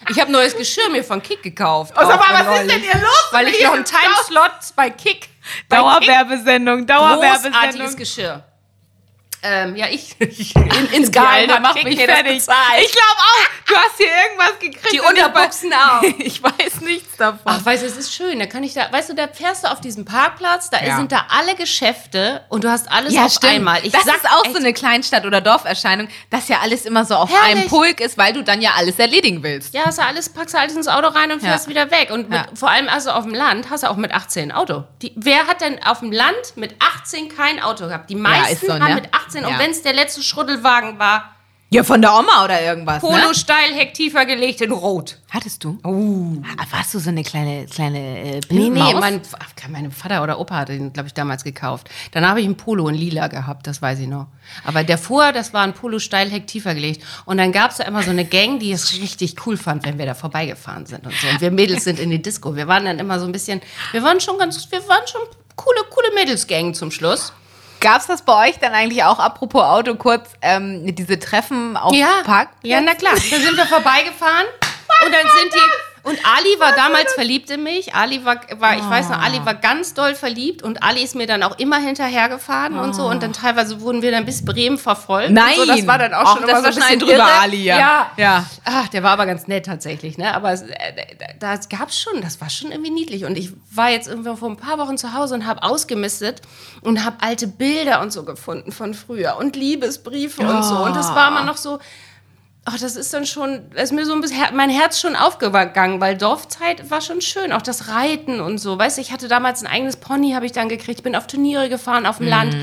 B: Ich habe neues Geschirr mir von Kick gekauft.
A: Oh, sag mal,
B: Auch
A: was ist
B: neulich.
A: denn hier los?
B: Weil ich noch einen Timeslot bei Kick. bei
A: Dauerwerbesendung, Dauerwerbesendung.
B: Großartiges Geschirr. Ähm, ja, ich, ich in, ins Geheim
A: Alter,
B: hat
A: macht
B: Kick
A: mich
B: mir das
A: fertig.
B: bezahlt.
A: Ich glaube auch, du hast hier irgendwas gekriegt.
B: Die
A: und ich
B: Unterbuchsen
A: weiß-
B: auch.
A: Ich weiß nichts davon.
B: Ach, weißt du, es ist schön. Da kann ich da, weißt du, da fährst du auf diesem Parkplatz, da
A: Ja.
B: sind da alle Geschäfte und du hast alles
A: ja,
B: auf
A: stimmt.
B: einmal. Ich
A: das
B: sag
A: ist auch
B: echt,
A: so eine Kleinstadt- oder Dorferscheinung, dass ja alles immer so auf
B: Herrlich.
A: einem Pulk ist, weil du dann ja alles erledigen willst.
B: ja, hast du alles, packst du alles ins Auto rein und fährst
A: Ja.
B: wieder weg. Und mit,
A: Ja.
B: vor allem also auf dem Land hast du auch mit achtzehn ein Auto. Die, wer hat denn auf dem Land mit achtzehn kein Auto gehabt? Die meisten
A: ist so,
B: haben
A: ne?
B: mit achtzehn, und
A: Ja.
B: wenn es der letzte Schruddelwagen war,
A: Ja, von der Oma oder irgendwas,
B: Polo
A: ne?
B: steil, Heck tiefer gelegt in Rot.
A: Hattest du? Oh. Warst du so eine kleine, kleine äh,
B: Nee, nee,
A: Maus?
B: mein, ach, mein Vater oder Opa hat den, glaube ich, damals gekauft. Dann habe ich einen Polo in lila gehabt, das weiß ich noch. Aber der vor, das war ein Polo steil, Heck tiefer gelegt. Und dann gab es da immer so eine Gang, die es richtig cool fand, wenn wir da vorbeigefahren sind und so. Und wir Mädels sind in die Disco. Wir waren dann immer so ein bisschen, wir waren schon ganz, wir waren schon coole, coole Mädelsgang zum Schluss.
A: Gab's das bei euch dann eigentlich auch, apropos Auto, kurz ähm, diese Treffen auf
B: Ja,
A: Park?
B: ja, na klar. Dann sind wir vorbeigefahren und dann sind die. Und Ali war damals verliebt in mich. Ali war, war ich weiß noch, Ali war ganz doll verliebt und Ali ist mir dann auch immer hinterhergefahren und so. Und dann teilweise wurden wir dann bis Bremen verfolgt.
A: Nein.
B: Und so, das war dann auch
A: Ach,
B: schon
A: das
B: immer so
A: war
B: ein
A: schon
B: bisschen
A: ein drüber,
B: irre.
A: Ali, ja.
B: Ja.
A: Ja.
B: Ach, der war aber ganz nett tatsächlich, ne? Aber es, äh, da gab's schon, das war schon irgendwie niedlich. Und ich war jetzt irgendwie vor ein paar Wochen zu Hause und habe ausgemistet und habe alte Bilder und so gefunden von früher und Liebesbriefe und so. Und das war immer noch so. Ach, das ist dann schon, da ist mir so ein bisschen mein Herz schon aufgegangen, weil Dorfzeit war schon schön, auch das Reiten und so. Weißt du, ich hatte damals ein eigenes Pony, habe ich dann gekriegt, ich bin auf Turniere gefahren auf dem Land.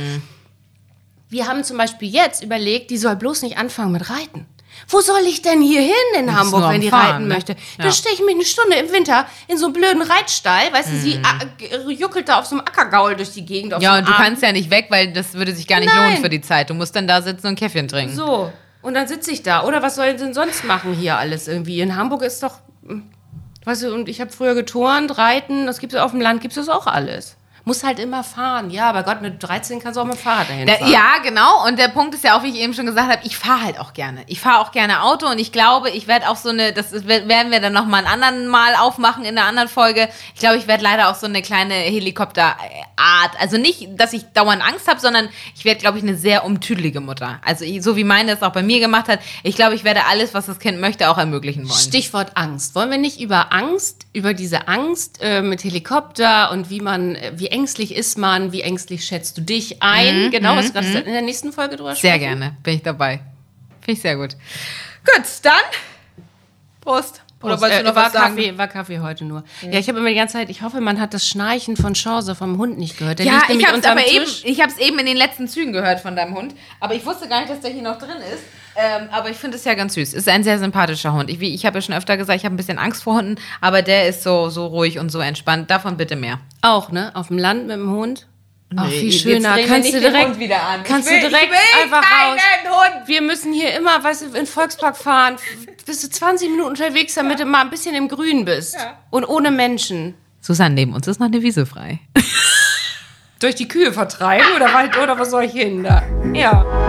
B: Wir haben zum Beispiel jetzt überlegt, die soll bloß nicht anfangen mit Reiten. Wo soll ich denn hier hin in Hamburg,
A: nur
B: wenn
A: am
B: die
A: Fahren,
B: reiten
A: ne?
B: möchte?
A: Ja.
B: Dann stehe ich mich eine Stunde im Winter in so einen blöden Reitstall, weißt du, sie äh, juckelt da auf so einem Ackergaul durch die Gegend. Auf
A: Ja,
B: so
A: und du
B: einem Arm.
A: kannst ja nicht weg, weil das würde sich gar nicht
B: Nein.
A: lohnen für die Zeit. Du musst dann da sitzen und ein Käffchen trinken.
B: So, und dann sitze ich da. Oder was soll ich denn sonst machen hier alles irgendwie? In Hamburg ist doch, hm, weißt du, und ich habe früher geturnt, reiten, das gibt es auf dem Land, gibt es das auch alles. Muss halt immer fahren. Ja, aber Gott, mit dreizehn kannst du auch mit dem Fahrrad dahin
A: Da,
B: fahren.
A: ja, genau. Und der Punkt ist ja auch, wie ich eben schon gesagt habe, ich fahre halt auch gerne. Ich fahre auch gerne Auto und ich glaube, ich werde auch so eine, das ist, werden wir dann noch mal ein anderen Mal aufmachen in einer anderen Folge. Ich glaube, ich werde leider auch so eine kleine Helikopterart. Also nicht, dass ich dauernd Angst habe, sondern ich werde, glaube ich, eine sehr umtüdelige Mutter. Also ich, so wie meine es auch bei mir gemacht hat. Ich glaube, ich werde alles, was das Kind möchte, auch ermöglichen wollen.
B: Stichwort Angst. Wollen wir nicht über Angst, über diese Angst äh, mit Helikopter und wie man, äh, wie ängstlich ist man, wie ängstlich schätzt du dich ein?
A: Mhm,
B: genau, was kannst du in der nächsten Folge drüber
A: Sehr
B: sprechen?
A: gerne, bin ich dabei. Finde ich sehr gut. Gut, dann Prost. Oder
B: Prost.
A: wolltest du
B: Äh,
A: noch
B: war
A: was sagen?
B: Kaffee, war Kaffee heute nur. Ja, ich habe immer die ganze Zeit, ich hoffe, man hat das Schnarchen von Chance vom Hund nicht gehört. Der
A: Ja,
B: liegt
A: ich
B: nämlich
A: habe es
B: unterm
A: aber eben,
B: Tisch.
A: ich habe es eben in den letzten Zügen gehört von deinem Hund, aber ich wusste gar nicht, dass der hier noch drin ist. Ähm, aber ich finde es ja ganz süß. Ist ein sehr sympathischer Hund. Ich, wie- ich habe ja schon öfter gesagt, ich habe ein bisschen Angst vor Hunden, aber der ist so, so ruhig und so entspannt. Davon bitte mehr.
B: Auch, ne? Auf dem Land mit dem Hund. Ach,
A: Nee,
B: viel
A: jetzt
B: schöner.
A: drehen wir
B: Kannst
A: nicht
B: du
A: den
B: direkt,
A: Hund wieder an.
B: kannst
A: Ich will-
B: du direkt
A: ich will
B: einfach raus.
A: keinen Hund.
B: Wir müssen hier immer, weißt du, in den Volkspark fahren. Bist du zwanzig Minuten unterwegs, damit du mal ein bisschen im Grün bist. Und ohne Menschen.
A: Susanne, neben uns ist noch eine Wiese frei.
B: Durch die Kühe vertreiben oder, was- oder was soll ich hin da? Ja.